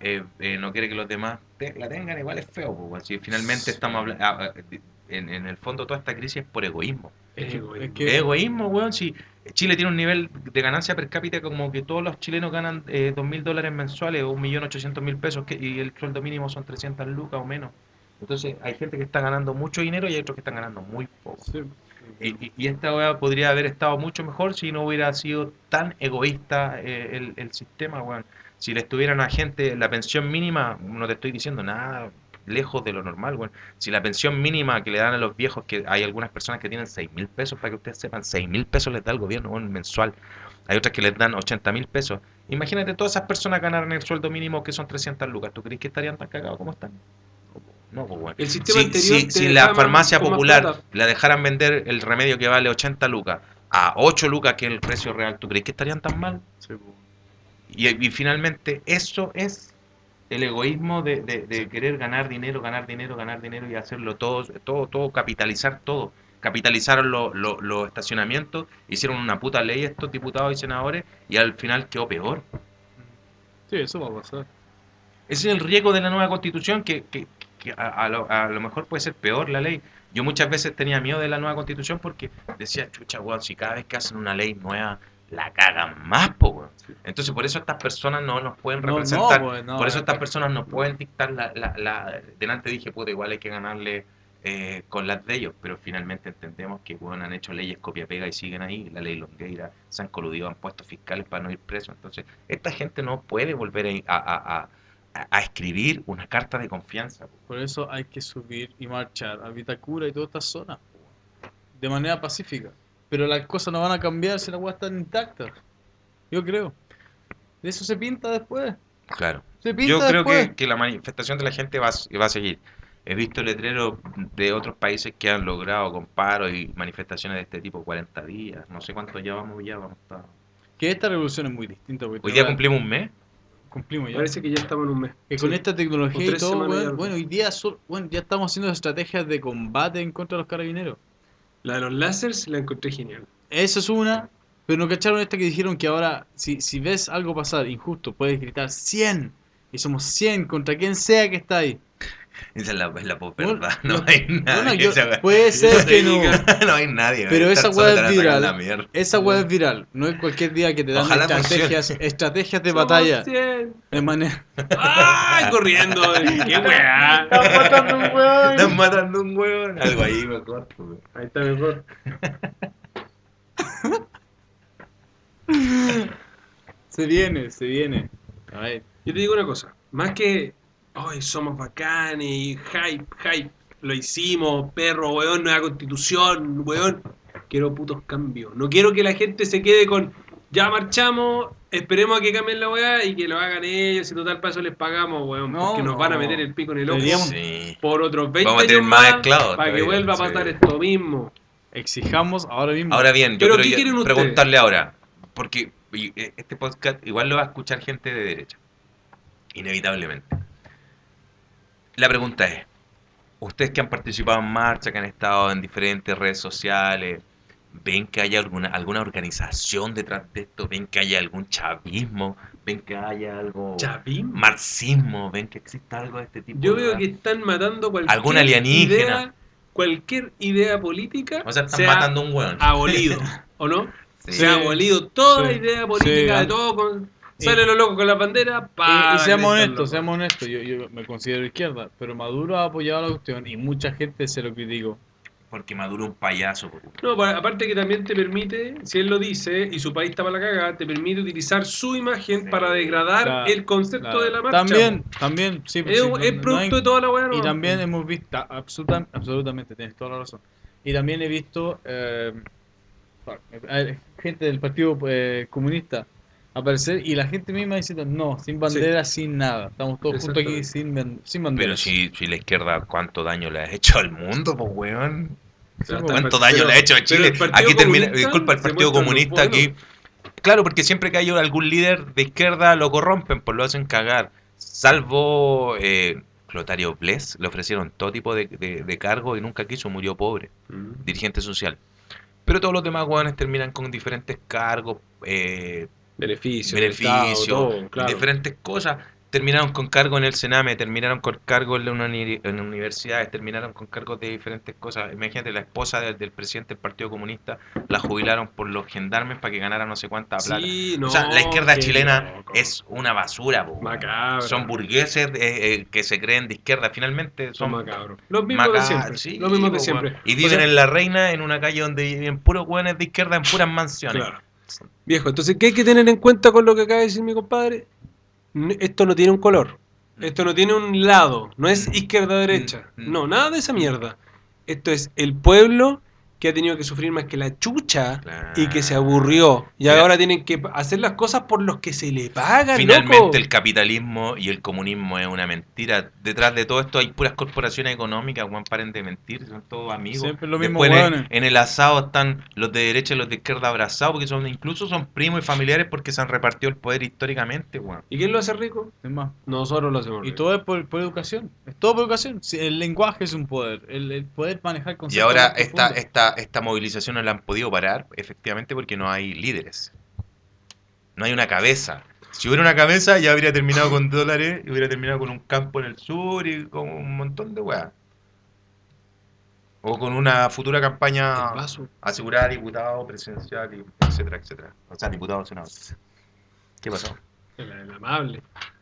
no quiere que los demás la tengan, igual es feo. Po. Si finalmente estamos hablando, en el fondo toda esta crisis es por egoísmo. Es que, Egoísmo. es que- Egoísmo, weón. Si Chile tiene un nivel de ganancia per cápita como que todos los chilenos ganan $2.000 mensuales o 1.800.000 pesos y el sueldo mínimo son 300 lucas o menos. Entonces hay gente que está ganando mucho dinero y hay otros que están ganando muy poco. Sí. Y esta weá podría haber estado mucho mejor si no hubiera sido tan egoísta el sistema, weón. Si le estuvieran a gente la pensión mínima, no te estoy diciendo nada lejos de lo normal, weón. Si la pensión mínima que le dan a los viejos, que hay algunas personas que tienen 6.000 pesos, para que ustedes sepan, 6.000 pesos les da el gobierno, weón, mensual. Hay otras que les dan 80.000 pesos. Imagínate todas esas personas ganaran el sueldo mínimo que son 300 lucas. ¿Tú crees que estarían tan cagados como están? No, pues bueno. El sistema anterior te Si dejaba la farmacia con más popular plata. la dejaran vender el remedio que vale 80 lucas a 8 lucas, que es el precio real, ¿tú crees que estarían tan mal? Sí, po. Y finalmente eso es el egoísmo de querer ganar dinero y hacerlo todo, capitalizar todo. Capitalizaron los estacionamientos, hicieron una puta ley estos diputados y senadores y al final quedó peor. Sí, eso va a pasar. Ese es el riesgo de la nueva constitución, que a lo mejor puede ser peor la ley. Yo muchas veces tenía miedo de la nueva constitución porque decía, chucha, weón, si cada vez que hacen una ley nueva la cagan más, po, weón. Entonces por eso estas personas no nos pueden No, representar, pues, no, por eso estas personas no pueden dictar delante dije, puta, igual hay que ganarle con las de ellos, pero finalmente entendemos que, weón, han hecho leyes copia-pega y siguen ahí, la ley Longueira, se han coludido, han puesto fiscales para no ir presos. Entonces esta gente no puede volver a escribir una carta de confianza, po. Por eso hay que subir y marchar a Vitacura y todas estas zonas, po, de manera pacífica. Pero las cosas no van a cambiar si las weas están intactas. Yo creo. De eso se pinta después. Claro. Se pinta Yo creo después. que la manifestación de la gente va a seguir. He visto letreros de otros países que han logrado con paros y manifestaciones de este tipo 40 días. No sé cuánto llevamos ya, vamos a estar. Que esta revolución es muy distinta. Porque Hoy día ahora cumplimos un mes. cumplimos ya. Parece que ya estamos en un mes. Que con Sí. esta tecnología O y 3 todo, semanas y weón, algo. bueno, hoy día ya estamos haciendo estrategias de combate en contra de los carabineros. La de los lásers la encontré genial. Eso es una, pero no cacharon esta que dijeron que ahora, si ves algo pasar injusto, puedes gritar 100. Y somos 100 contra quien sea que está ahí. Esa es la Bueno, verdad. No yo- hay Bueno, nadie. Esa wea- puede ser que no. no hay nadie. Pero esa weá weá es viral. mierda. Esa weá es viral. No es cualquier día que te dan Ojalá estrategias de Somos batalla. 100. De manera. ¡Ay! Corriendo. ¡Qué weá! Están matando un hueón. Algo ahí mejor, pues. Ahí está mejor. Se viene. A ver. Yo te digo una cosa. Más que hoy somos bacanes y hype, lo hicimos, perro, weón, nueva constitución, weón. Quiero putos cambios. No quiero que la gente se quede con ya marchamos, esperemos a que cambien la weá y que lo hagan ellos y total paso les pagamos, weón. No, porque nos no. van a meter el pico en el ojo Deberíamos- Sí. por otros 20 Vamos a tener años más más esclavos para que todavía, vuelva a sí. pasar esto mismo. Exijamos ahora mismo. Ahora bien, yo Pero quiero ¿qué quieren ustedes? preguntarle ahora, porque este podcast igual lo va a escuchar gente de derecha, inevitablemente. La pregunta es, ustedes que han participado en marcha, que han estado en diferentes redes sociales, ¿ven que haya alguna organización detrás de esto? ¿Ven que haya algún chavismo? ¿Ven que haya algo Chavín. marxismo? ¿Ven que exista algo de este tipo? Yo de veo weá? que están matando ¿Algún alienígena? cualquier idea política. O sea, están se ha matando un hueón. abolido, ¿o no? Sí. Se ha abolido toda Sí. idea política Sí. de todo. Salen los locos con la bandera. Y seamos honestos, yo me considero izquierda, pero Maduro ha apoyado la cuestión y mucha gente se lo criticó. Porque Maduro es un payaso. No, aparte que también te permite, si él lo dice y su país está para la cagada, te permite utilizar su imagen Sí. para degradar Claro, el concepto Claro. de la marcha. También, sí. Es, sí, es no producto hay- de toda la weá, ¿no? Y también hemos visto, absolutamente, tienes toda la razón. Y también he visto gente del Partido Comunista aparecer y la gente misma diciendo no, sin bandera, sin nada. Estamos todos juntos aquí sin bandera. Pero si la izquierda, ¿cuánto daño le ha hecho al mundo, pues, weón? Claro, ¿Cuánto daño le ha hecho a Chile? Aquí termina, disculpa, el Partido Comunista aquí. Claro, porque siempre que hay algún líder de izquierda lo corrompen, pues lo hacen cagar. Salvo Clotario Bless, le ofrecieron todo tipo de cargo y nunca quiso, murió pobre, dirigente social. Pero todos los demás hueones terminan con diferentes cargos, beneficios, todo, claro. diferentes cosas. Terminaron con cargo en el Sename, terminaron con cargo en universidades, terminaron con cargos de diferentes cosas. Imagínate, la esposa del presidente del Partido Comunista la jubilaron por los gendarmes para que ganara no sé cuánta plata. Sí, no, o sea, la izquierda qué chilena loco. es una basura, po. Macabro. Son burgueses que se creen de izquierda, finalmente Son son macabros. Los mismos de siempre. sí, Los mismos de po, siempre. weón. Y viven en La Reina, en una calle donde viven puros hueones de izquierda en puras mansiones. Claro. Viejo, entonces, ¿qué hay que tener en cuenta con lo que acaba de decir mi compadre? Esto no tiene un color. Esto no tiene un lado. No es izquierda-derecha. No, nada de esa mierda. Esto es el pueblo que ha tenido que sufrir más que la chucha y que se aburrió. Y Mira, ahora tienen que hacer las cosas por los que se le pagan, finalmente loco. el capitalismo y el comunismo es una mentira. Detrás de todo esto hay puras corporaciones económicas, Juan, paren de mentir, son todos amigos. Siempre lo mismo, Después hueones. en el asado están los de derecha y los de izquierda abrazados, porque incluso son primos y familiares porque se han repartido el poder históricamente, Juan. ¿Y quién lo hace rico? Es más. Nosotros lo hacemos Y rico. todo es por educación. Es todo por educación. Sí, el lenguaje es un poder. El poder manejar conceptos. Y ahora más profundos. esta movilización no la han podido parar, efectivamente, porque no hay líderes. No hay una cabeza. Si hubiera una cabeza, ya habría terminado con dólares, y hubiera terminado con un campo en el sur y con un montón de weas. O con una futura campaña El vaso. asegurada diputado, presidencial, etcétera, etcétera. O sea, diputado, senador. ¿Qué pasó? El amable.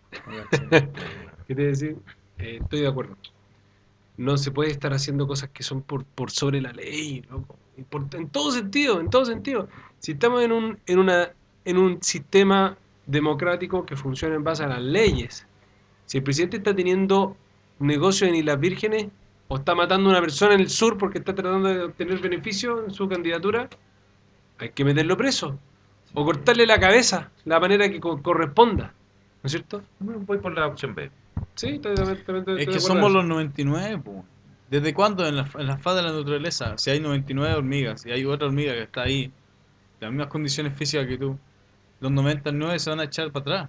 ¿Qué te decir? Estoy de acuerdo. No se puede estar haciendo cosas que son por sobre la ley, loco. Y en todo sentido, en todo sentido. Si estamos en un sistema democrático que funciona en base a las leyes, si el presidente está teniendo negocio en Islas Vírgenes o está matando a una persona en el sur porque está tratando de obtener beneficio en su candidatura, hay que meterlo preso o cortarle la cabeza, la manera que corresponda, ¿no es cierto? Voy por la opción B. Sí, Es que somos los 99, po. ¿Desde cuándo en la faz de la naturaleza? Si hay 99 hormigas y hay otra hormiga que está ahí, en las mismas condiciones físicas que tú, los 99 se van a echar para atrás.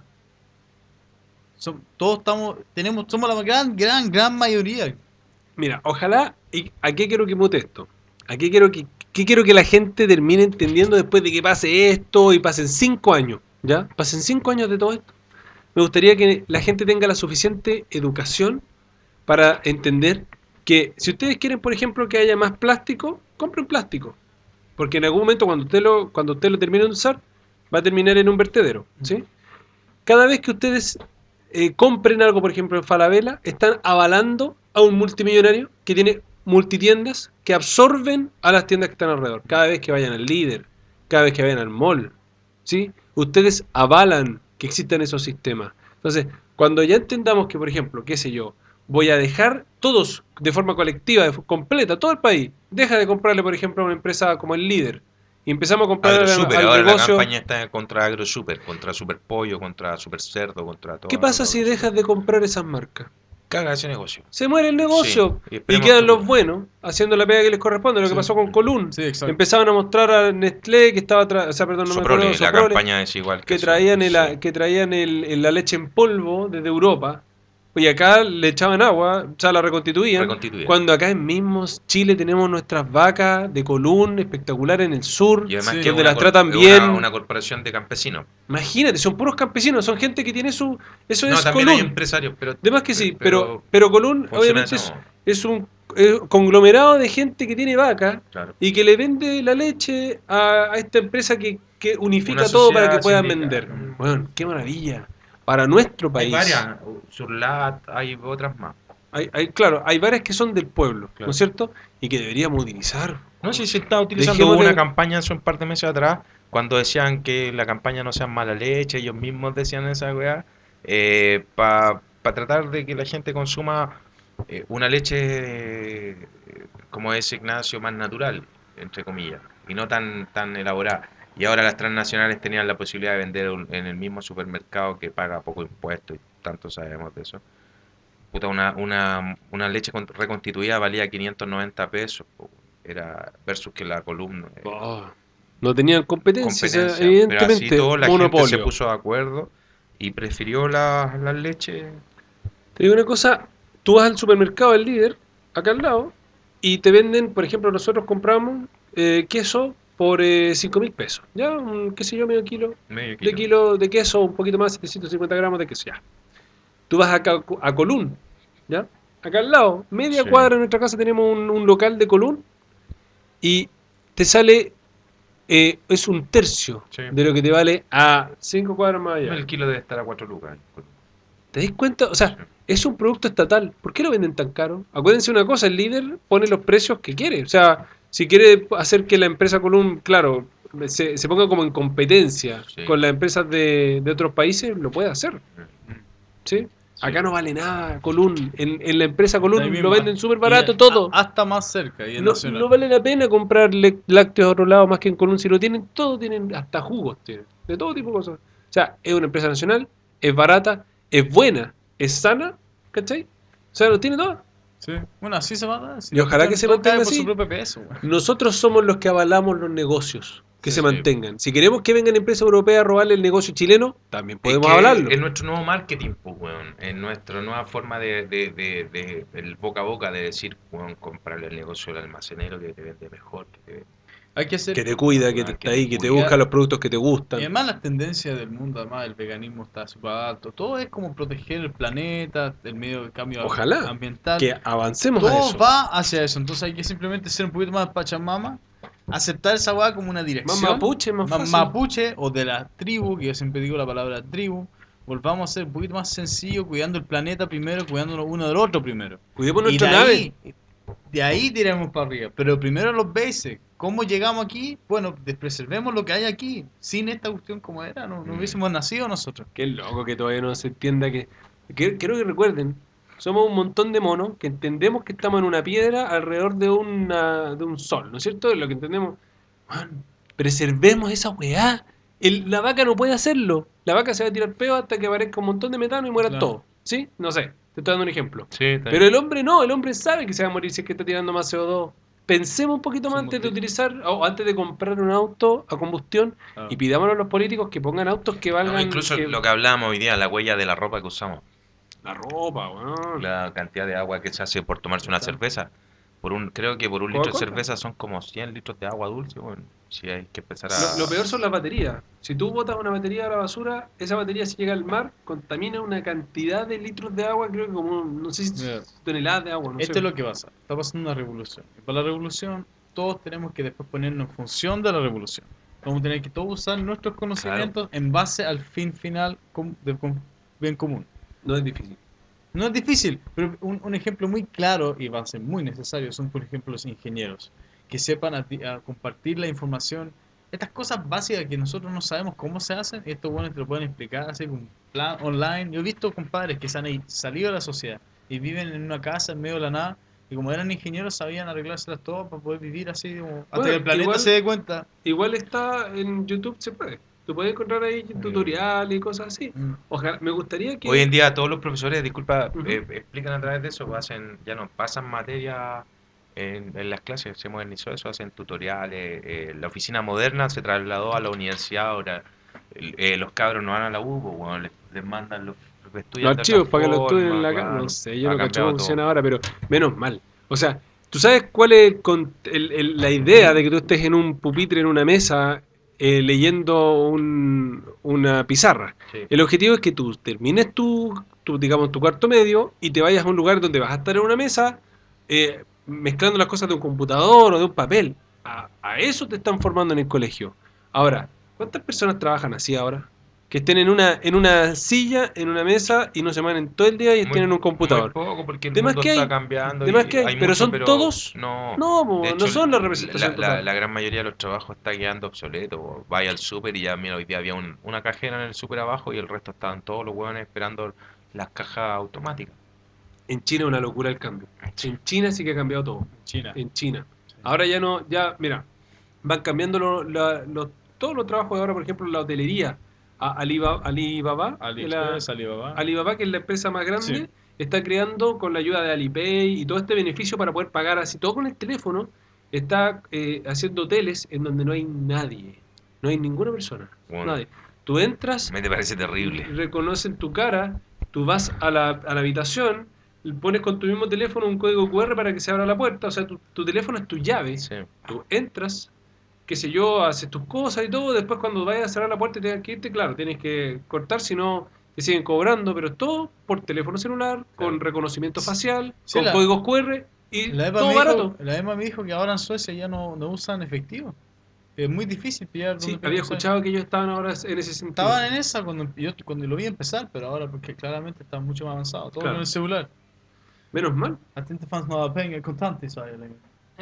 Todos somos la gran mayoría. Mira, ojalá, y aquí quiero que mute esto. Aquí quiero que la gente termine entendiendo después de que pase esto y pasen 5 años, ¿ya? Pasen 5 años de todo esto. Me gustaría que la gente tenga la suficiente educación para entender que si ustedes quieren, por ejemplo, que haya más plástico, compren plástico. Porque en algún momento cuando usted lo termine de usar, va a terminar en un vertedero, ¿sí? Cada vez que ustedes compren algo, por ejemplo, en Falabella, están avalando a un multimillonario que tiene multitiendas que absorben a las tiendas que están alrededor. Cada vez que vayan al Líder, cada vez que vayan al mall, ¿sí? Ustedes avalan que existan esos sistemas. Entonces, cuando ya entendamos que, por ejemplo, qué sé yo, voy a dejar todos de forma colectiva, completa, todo el país, deja de comprarle, por ejemplo, a una empresa como el Líder. Y empezamos a comprar AgroSuper, al ahora negocio. la campaña está contra AgroSuper, contra Super Pollo, contra Super Cerdo, contra todo. ¿Qué pasa si dejas de comprar esas marcas? Caga ese negocio. Se muere el negocio. Sí, y quedan los buenos haciendo la pega que les corresponde. Lo que Sí. pasó con Colún. Sí, exacto. Empezaban a mostrar a Nestlé que estaba no me acuerdo, Soprole, la Soprole, campaña es igual que eso, traían sí. que traían la leche en polvo desde Europa. Y acá le echaban agua, o sea, la reconstituían. Cuando acá en mismo Chile tenemos nuestras vacas de Colún espectaculares en el sur, Y además Sí. que donde una las tratan bien. una corporación de campesinos. Imagínate, son puros campesinos, son gente que tiene su... Eso No, es también hay Colún. empresarios, pero... Además que sí, pero Colún funciona obviamente de ese modo. es un conglomerado de gente que tiene vaca Claro. y que le vende la leche a esta empresa que unifica Una todo para que sociedad puedan sindical. vender. Bueno, qué maravilla. Para nuestro Hay país. varias, Surlat, hay otras más. Claro, hay varias que son del pueblo, ¿no Claro. es cierto? Y que deberíamos utilizar. No sé si se está utilizando Dejemos de- una campaña hace un par de meses atrás, cuando decían que la campaña no sea mala leche, ellos mismos decían esa weá, para tratar de que la gente consuma una leche, como es Ignacio, más natural, entre comillas, y no tan elaborada. Y ahora las transnacionales tenían la posibilidad de vender en el mismo supermercado que paga poco impuesto, y tanto sabemos de eso. Puta, una leche reconstituida valía 590 pesos, po. Era versus que la columna. No tenían competencia, Competencia. o sea, Pero evidentemente, así todo la gente monopolio. se puso de acuerdo y prefirió las leches. Te digo una cosa, tú vas al supermercado del Líder, acá al lado, y te venden, por ejemplo, nosotros compramos queso por 5.000 pesos, ¿ya? Qué sé yo, medio kilo Medio de kilo de queso, un poquito más, 750 gramos de queso, ya. Tú vas acá a Colún, ¿ya? Acá al lado, media Sí. cuadra de nuestra casa tenemos un local de Colún y te sale es un tercio Sí. de lo que te vale a 5 cuadras más allá. El kilo debe estar a 4 lucas. ¿Te das cuenta? O sea, Sí. es un producto estatal. ¿Por qué lo venden tan caro? Acuérdense una cosa, el líder pone los precios que quiere. O sea, si quiere hacer que la empresa Column, claro, se ponga como en competencia Sí. con las empresas de otros países, lo puede hacer. ¿Sí? Sí. Acá no vale nada Column. En la empresa Ahí Column mismo, lo venden súper y barato todo. Hasta más cerca, y es No, nacional. no vale la pena comprar lácteos a otro lado más que en Column. Si lo tienen todo, tienen hasta jugos, tienen, de todo tipo de cosas. O sea, es una empresa nacional, es barata, es buena, es sana, ¿cachai? O sea, lo tiene todo. Sí. Bueno, así se va a dar. Si Y la ojalá cuestión que se todo mantenga cae por así. su propio peso, güey. Nosotros somos los que avalamos los negocios, que Sí, se sí. mantengan. Si queremos que vengan empresas europeas a robarle el negocio chileno, también podemos hablarlo. Es nuestro nuevo marketing, pues, weón. Es nuestra nueva forma de el boca a boca de decir, weón, comprarle el negocio al almacenero que te vende mejor, que te vende. Hay que hacer. Que te cuida, que weón, te que está te ahí, que te cuida. busca los productos que te Y gustan. además las tendencias del mundo, además el veganismo está súper alto. Todo es como proteger el planeta, el medio de cambio Ojalá ambiental. que avancemos a Todo eso. va hacia eso. Entonces hay que simplemente ser un poquito más pachamama, aceptar esa weá como una Más dirección. mapuche, más fácil. Mapuche o de la tribu, que yo siempre digo la palabra tribu. Volvamos a ser un poquito más sencillo, cuidando el planeta primero, cuidándonos uno del otro primero. Cuidemos Y nuestra nave. de ahí tiramos para arriba. Pero primero los basics. ¿Cómo llegamos aquí? Bueno, preservemos lo que hay aquí. Sin esta cuestión como era, no hubiésemos nacido nosotros. Qué loco que todavía no se entienda quiero que recuerden, somos un montón de monos que entendemos que estamos en una piedra alrededor de un sol, ¿no es cierto? Es lo que entendemos. Man, preservemos esa weá. La vaca no puede hacerlo. La vaca se va a tirar peo hasta que aparezca un montón de metano y muera Claro. todo. ¿Sí? No sé, te estoy dando un ejemplo. Sí, está Pero bien. el hombre no, el hombre sabe que se va a morir si es que está tirando más CO2. Pensemos un poquito más Somos antes de listos. utilizar, o antes de comprar un auto a combustión Claro. y pidámosle a los políticos que pongan autos que valgan. No, incluso lo que hablábamos hoy día, la huella de la ropa que usamos. La ropa, weón. La cantidad de agua que se hace por tomarse una Está. cerveza. Creo que por un litro de Coca-Cola. cerveza son como 100 litros de agua dulce, bueno. Si hay que empezar a... Lo peor son las baterías. Si tú botas una batería a la basura, esa batería si llega al mar, contamina una cantidad de litros de agua, creo que como, no sé si Mira, toneladas de agua, no Esto sé. es lo que pasa. Está pasando una revolución. Y para la revolución, todos tenemos que después ponernos en función de la revolución. Vamos a tener que todos usar nuestros conocimientos en base al fin final del bien común. No es difícil. No es difícil, pero un ejemplo muy claro y va a ser muy necesario son, por ejemplo, los ingenieros que sepan a compartir la información. Estas cosas básicas que nosotros no sabemos cómo se hacen, estos buenos te lo pueden explicar así con un plan online. Yo he visto compadres que se han salido de la sociedad y viven en una casa en medio de la nada y como eran ingenieros sabían arreglárselas todas para poder vivir así como, hasta Bueno, que el planeta igual- se dé cuenta. Igual está en YouTube, se puede. Tú puedes encontrar ahí tutoriales y cosas así. Mm. Ojalá, me gustaría que... Hoy en día todos los profesores, disculpa, Ujú. explican a través de eso, ya no pasan materia en las clases, se modernizó eso, hacen tutoriales, la oficina moderna se trasladó a la universidad ahora, los cabros no van a la U, pues, bueno, les mandan los los estudian de archivos otra para que lo estudien en forma, la casa. weón, No sé, yo ha no cacho cambiado cómo funciona todo. ahora, pero menos mal. O sea, ¿tú sabes cuál es la idea de que tú estés en un pupitre, en una mesa, leyendo una pizarra? Sí. El objetivo es que tú termines digamos, tu cuarto medio y te vayas a un lugar donde vas a estar en una mesa mezclando las cosas de un computador o de un papel. A eso te están formando en el colegio. Ahora, ¿cuántas personas trabajan así ahora? Que estén en una silla, en una mesa y no se manen todo el día y estén en un computador. Muy poco porque el De más mundo que está hay, cambiando de más y que hay, pero mucho, ¿son todos? No, No, po, de no hecho, son la representación total. la gran mayoría de los trabajos está quedando obsoleto. Vaya al súper y ya, mira, hoy día había una cajera en el súper abajo y el resto estaban todos los hueones esperando las cajas automáticas. En China es una locura el cambio. En China sí que ha cambiado todo. China. En China. Ahora ya no, mira, van cambiando todos los trabajos de ahora, por ejemplo, la hotelería. Alibaba, AliExpress, Alibaba. Alibaba, que es la empresa más grande, Sí. está creando con la ayuda de Alipay y todo este beneficio para poder pagar así todo con el teléfono. Está haciendo hoteles en donde no hay nadie. No hay ninguna persona. Bueno. Nadie. Tú entras, Me te parece terrible. reconocen tu cara, tú vas a la habitación, pones con tu mismo teléfono un código QR para que se abra la puerta, o sea, tu teléfono es tu llave, Sí. tú entras, qué sé yo, haces tus cosas y todo, después cuando vayas a cerrar la puerta y tengas que irte, claro, tienes que cortar, si no te siguen cobrando, pero todo por teléfono celular, con reconocimiento facial, Sí, con códigos QR y La EPA todo barato. la EPA me dijo que ahora en Suecia ya no usan efectivo. Es muy difícil pillar Sí, donde había empezar. escuchado que ellos estaban ahora en ese sentido. Estaban en esa cuando lo vi empezar, pero ahora porque claramente están mucho más avanzados. Todo Claro. con el celular. Menos mal. Att inte fanns några pengar kontant i Sverige längre.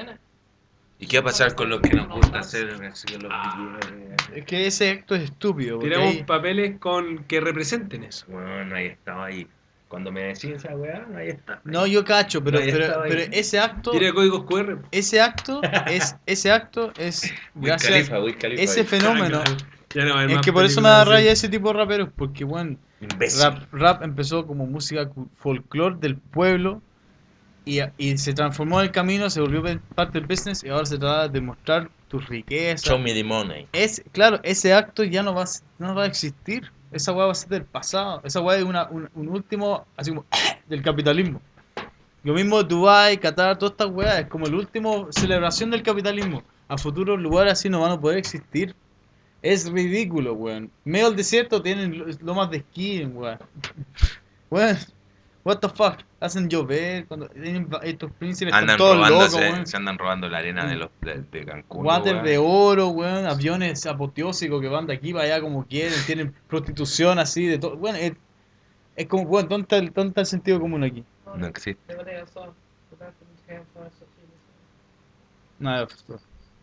¿Y qué va a pasar con lo que nos gusta hacer en los billetes? Es que ese acto es estúpido. Porque Tiramos ahí- papeles que representen eso. Bueno, ahí estaba ahí. Cuando me decían esa weá, ahí está. No, yo cacho, pero, No, ya pero, estaba ahí. pero ese acto, Tira códigos QR. ese acto es Wiz gracias Khalifa, Wiz Khalifa ese ahí. fenómeno. Ya no hay Es más que por eso me películas da así. raya ese tipo de raperos, porque bueno, Imbécil. rap empezó como música folclore del pueblo y se transformó en el camino, se volvió parte del business y ahora se trata de mostrar tu riqueza. Show me the money. Claro, ese acto ya no va a existir. Esa weá va a ser del pasado. Esa weá es un último, así como, del capitalismo. Lo mismo Dubai, Qatar, todas estas weas, es como el último celebración del capitalismo. A futuros lugares así no van a poder existir. Es ridículo, weón. Medio del desierto tienen lomas de esquí, weón. Weón, what the fuck. Hacen llover, cuando estos príncipes están Andan todos locos, robándose, weón. se andan robando la arena de Cancún. Water weón. de oro, weón, aviones apoteósicos que van de aquí para allá como quieren, tienen prostitución así, de todo. Bueno, es como, bueno, ¿dónde está el sentido común aquí? No existe. Det var det jag sa. Det är därför du ska jämföra så tydligt. No, jag förstår.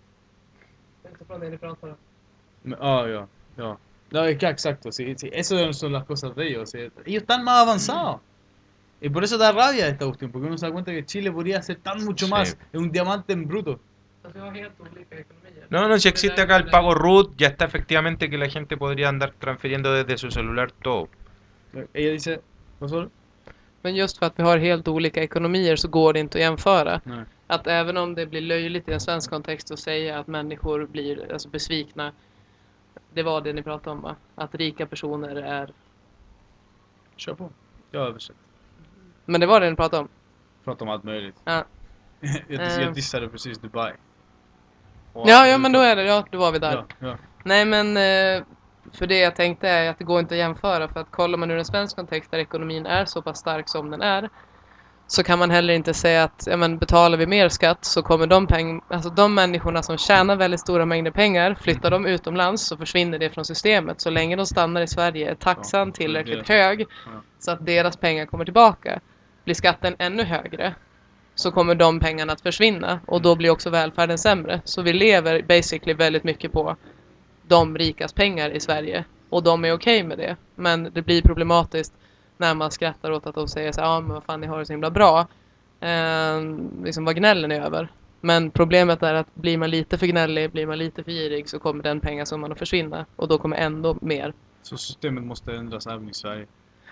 Inte från det ni pratar om. Ja. No, es que exacto, sí. Eso son las cosas de ellos. Ellos están más avanzados. Y por eso da rabia esta cuestión, porque uno se da cuenta que Chile podría hacer tan mucho Sí. más. Es un diamante en bruto. Fast vi har helt olika ekonomier. No, si existe acá el pago root, ya está efectivamente que la gente podría andar transfiriendo desde su celular todo. Ella dice, ¿vad sa du? Men just för att vi har helt olika ekonomier så går det inte att jämföra. Nej. Att även om det blir löjligt i en svensk kontext att säga att människor blir alltså besvikna. Det var det ni pratade om, va? Att rika personer är... Kör på. Jag har översatt. Men det var det ni pratade om. Prata om allt möjligt. Ja. Jag dissade precis Dubai. Och Ja, men då är det. Ja, då var vi där. Ja. Nej, men för det jag tänkte är att det går inte att jämföra. För att kollar man ur en svensk kontext där ekonomin är så pass stark som den är, så kan man heller inte säga att ja, men betalar vi mer skatt så kommer de människorna som tjänar väldigt stora mängder pengar, flyttar de utomlands så försvinner det från systemet. Så länge de stannar i Sverige är taxan tillräckligt hög så att deras pengar kommer tillbaka. Blir skatten ännu högre så kommer de pengarna att försvinna och då blir också välfärden sämre. Så vi lever basically väldigt mycket på de rikas pengar i Sverige och de är okej med det. Men det blir problematiskt när man skrattar åt att de säger så här, ja men vad fan ni har det så himla bra. Liksom vad gnäller ni över? Men problemet är att blir man lite för gnällig, blir man lite för girig så kommer den pengasumman att försvinna och då kommer ändå mer. Så systemet måste ändras även i Sverige.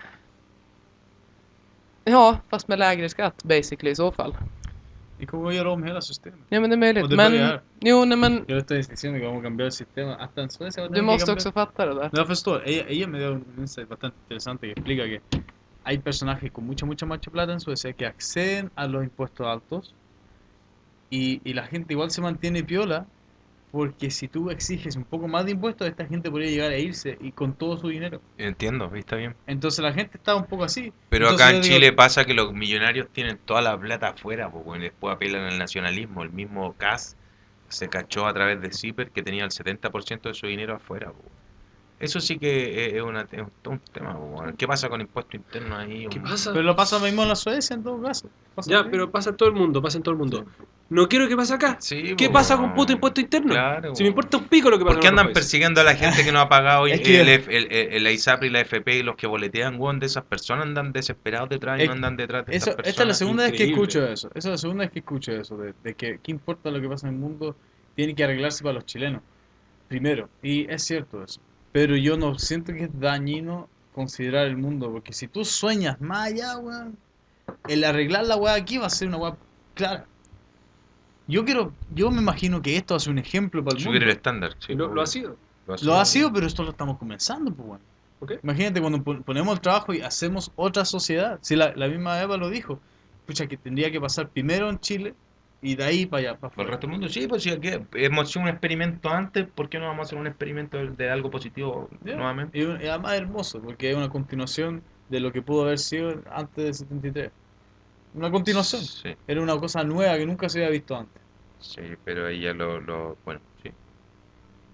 Ja, fast med lägre skatt basically i så fall. Vi kommer att göra om hela systemet. Ja men det är möjligt. Och det Men börjar här. jo, nej men Yo le estoy diciendo que vamos a cambiar el sistema. Hasta en Suecia va a du tener que måste cambiar. också fatta det där. No, jag förstår. Ella me dio un insight bastante interesante que explica que hay personajes con mucha plata en Suecia que acceden a los impuestos altos y la gente igual se mantiene piola porque si tú exiges un poco más de impuestos, esta gente podría llegar a irse y con todo su dinero. Entiendo, está bien. Entonces la gente está un poco así. Pero Entonces acá yo en digo, Chile pasa que los millonarios tienen toda la plata afuera, pues, bueno, y después apelan al nacionalismo. El mismo Kass se cachó a través de Zipper que tenía el 70% de su dinero afuera, pues. Eso sí que es un tema, pues, bueno. ¿Qué pasa con impuestos internos ahí? ¿Qué pasa? Pero lo pasa mismo en la Suecia en todo caso. Pasa Ya, lo mismo. pero pasa en todo el mundo, pasa en todo el mundo. No quiero que pase acá. Sí, ¿Qué po, pasa con weón. puto impuesto interno? Claro, Si me weón. importa un pico lo que pasa ¿Por qué en otros andan países. persiguiendo a la gente que no ha pagado Es que- el ISAPRE y la FP y los que boletean, weón, de esas personas andan desesperados detrás y Es- no andan detrás de Eso, estas esta es la personas? segunda vez que increíble. escucho eso. Esa es la segunda vez que escucho eso. De que qué importa lo que pasa en el mundo, tiene que arreglarse para los chilenos. Primero. Y es cierto eso. Pero yo no siento que es dañino considerar el mundo. Porque si tú sueñas más allá, weón, el arreglar la weá aquí va a ser una weá clara. Yo me imagino que esto hace un ejemplo para el Subir mundo. el estándar, sí, Lo obvio. ha sido. Lo ha sido, pero esto lo estamos comenzando, pues bueno. ¿Ok? Imagínate cuando ponemos el trabajo y hacemos otra sociedad. Si la misma Eva lo dijo, pucha, que tendría que pasar primero en Chile y de ahí para allá, para Por el afuera. resto del mundo, sí, pues si aquí hemos hecho un experimento antes, ¿por qué no vamos a hacer un experimento de algo positivo Ya. nuevamente? Y además es hermoso, porque es una continuación de lo que pudo haber sido antes del 73. Una continuación. Sí, Era una cosa nueva que nunca se había visto antes. sí, pero ahí ya bueno, sí.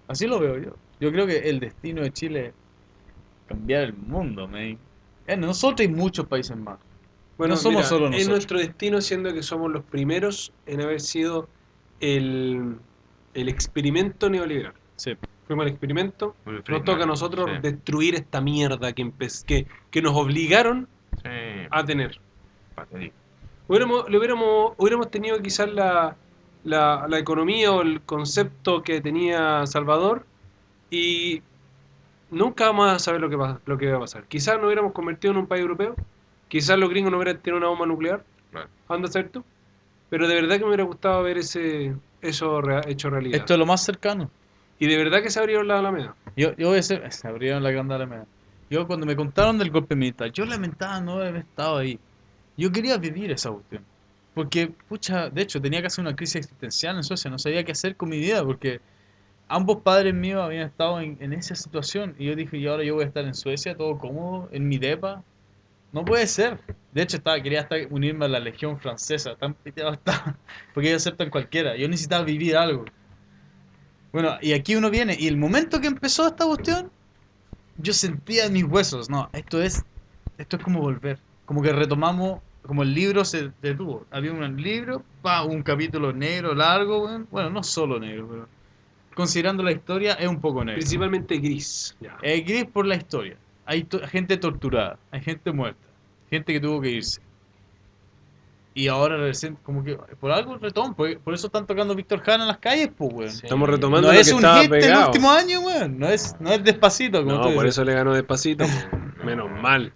Así lo veo yo. Yo creo que el destino de Chile es cambiar el mundo, man. Nosotros y muchos países más. Bueno, No somos mira, solo es nosotros. nuestro destino, siendo que somos los primeros en haber sido el experimento neoliberal. Sí. Fuimos el experimento, Muy nos Friedman, toca a nosotros sí. destruir esta mierda que nos obligaron Sí, a tener. patético. Hubiéramos tenido quizás la economía o el concepto que tenía Salvador y nunca vamos a saber lo que va a pasar. Quizás nos hubiéramos convertido en un país europeo, quizás los gringos no hubieran tenido una bomba nuclear, Claro. anda a saber tú, pero de verdad que me hubiera gustado ver eso hecho realidad. Esto es lo más cercano. Y de verdad que se abrieron la Alameda. Yo voy a ser, se abrieron la Gran Alameda. Yo cuando me contaron del golpe militar, yo lamentaba no haber estado ahí. Yo quería vivir esa cuestión. Porque, pucha, de hecho tenía que hacer una crisis existencial en Suecia, no sabía qué hacer con mi vida, porque ambos padres míos habían estado en esa situación. Y yo dije, y ahora yo voy a estar en Suecia, todo cómodo, en mi depa. No puede ser. De hecho, quería hasta unirme a la Legión Francesa, tan piteado estaba, porque ellos aceptan cualquiera. Yo necesitaba vivir algo. Bueno, y aquí uno viene, y el momento que empezó esta cuestión, yo sentía en mis huesos, no, esto es como volver, como que retomamos, como el libro se detuvo, había un libro, un capítulo negro, largo, bueno, no solo negro, pero considerando la historia es un poco negro. Principalmente gris. Ya. Es gris por la historia, hay gente torturada, hay gente muerta, gente que tuvo que irse. Y ahora recién, como que por algo retoman, por eso están tocando Víctor Jara en las calles, pues, weón. Sí. Estamos retomando No lo es que un estaba hit del pegado. último año, weón. No es Despacito, como tú No, por dices. eso le ganó Despacito. Menos mal.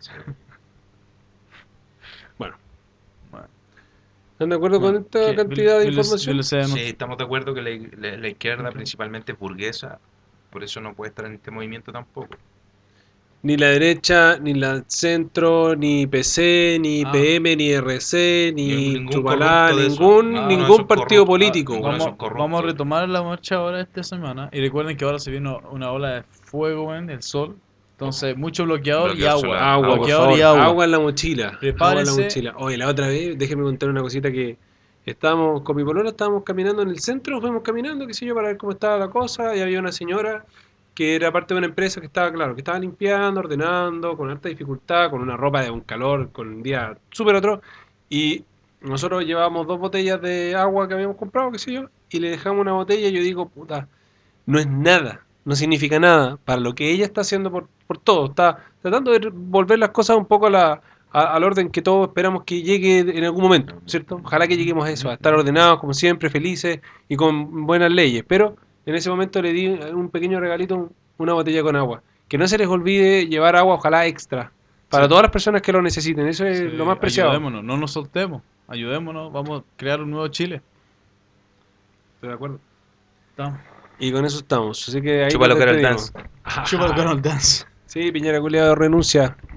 Bueno, Bueno, ¿están de acuerdo con esta ¿qué? cantidad de Vil- información? Vil- Sí, estamos de acuerdo que la izquierda Ok. principalmente es burguesa, por eso no puede estar en este movimiento tampoco. Ni la derecha, ni la centro, ni PC, ni Ah. PM, ni RC, ni Ningún Chupalá, corrupto de eso. ningún Ninguno de ningún esos partido corruptos. político. Ninguno de weón. esos corruptos. Vamos a retomar la marcha ahora esta semana. Y recuerden que ahora se viene una ola de fuego, weón, el sol. Entonces, mucho bloqueador y Bloqueador agua. solar. Agua, por Bloqueador favor, y agua. agua en la mochila. Agua en la Prepárense. mochila. Oye, la otra vez, déjeme contar una cosita que estábamos con mi polola, estábamos caminando en el centro, fuimos caminando, qué sé yo, para ver cómo estaba la cosa, y había una señora que era parte de una empresa que estaba, claro, que estaba limpiando, ordenando, con alta dificultad, con una ropa de un calor, con un día súper otro, y nosotros llevábamos 2 botellas de agua que habíamos comprado, qué sé yo, y le dejamos una botella y yo digo, puta, no es nada, no significa nada para lo que ella está haciendo por todo. Está tratando de volver las cosas un poco al orden que todos esperamos que llegue en algún momento, ¿cierto? Ojalá que lleguemos a eso, a estar ordenados, como siempre, felices y con buenas leyes. Pero en ese momento le di un pequeño regalito, una botella con agua. Que no se les olvide llevar agua, ojalá extra, para Sí. todas las personas que lo necesiten. Eso es Sí, lo más preciado. ayudémonos, no nos soltemos. Ayudémonos, vamos a crear un nuevo Chile. Estoy de acuerdo. Estamos. Y con eso estamos. Así que ahí Chúpalo, nos Carol despedimos. Dance. Chúpalo, Carol Dance. Sí, Piñera culiado renuncia.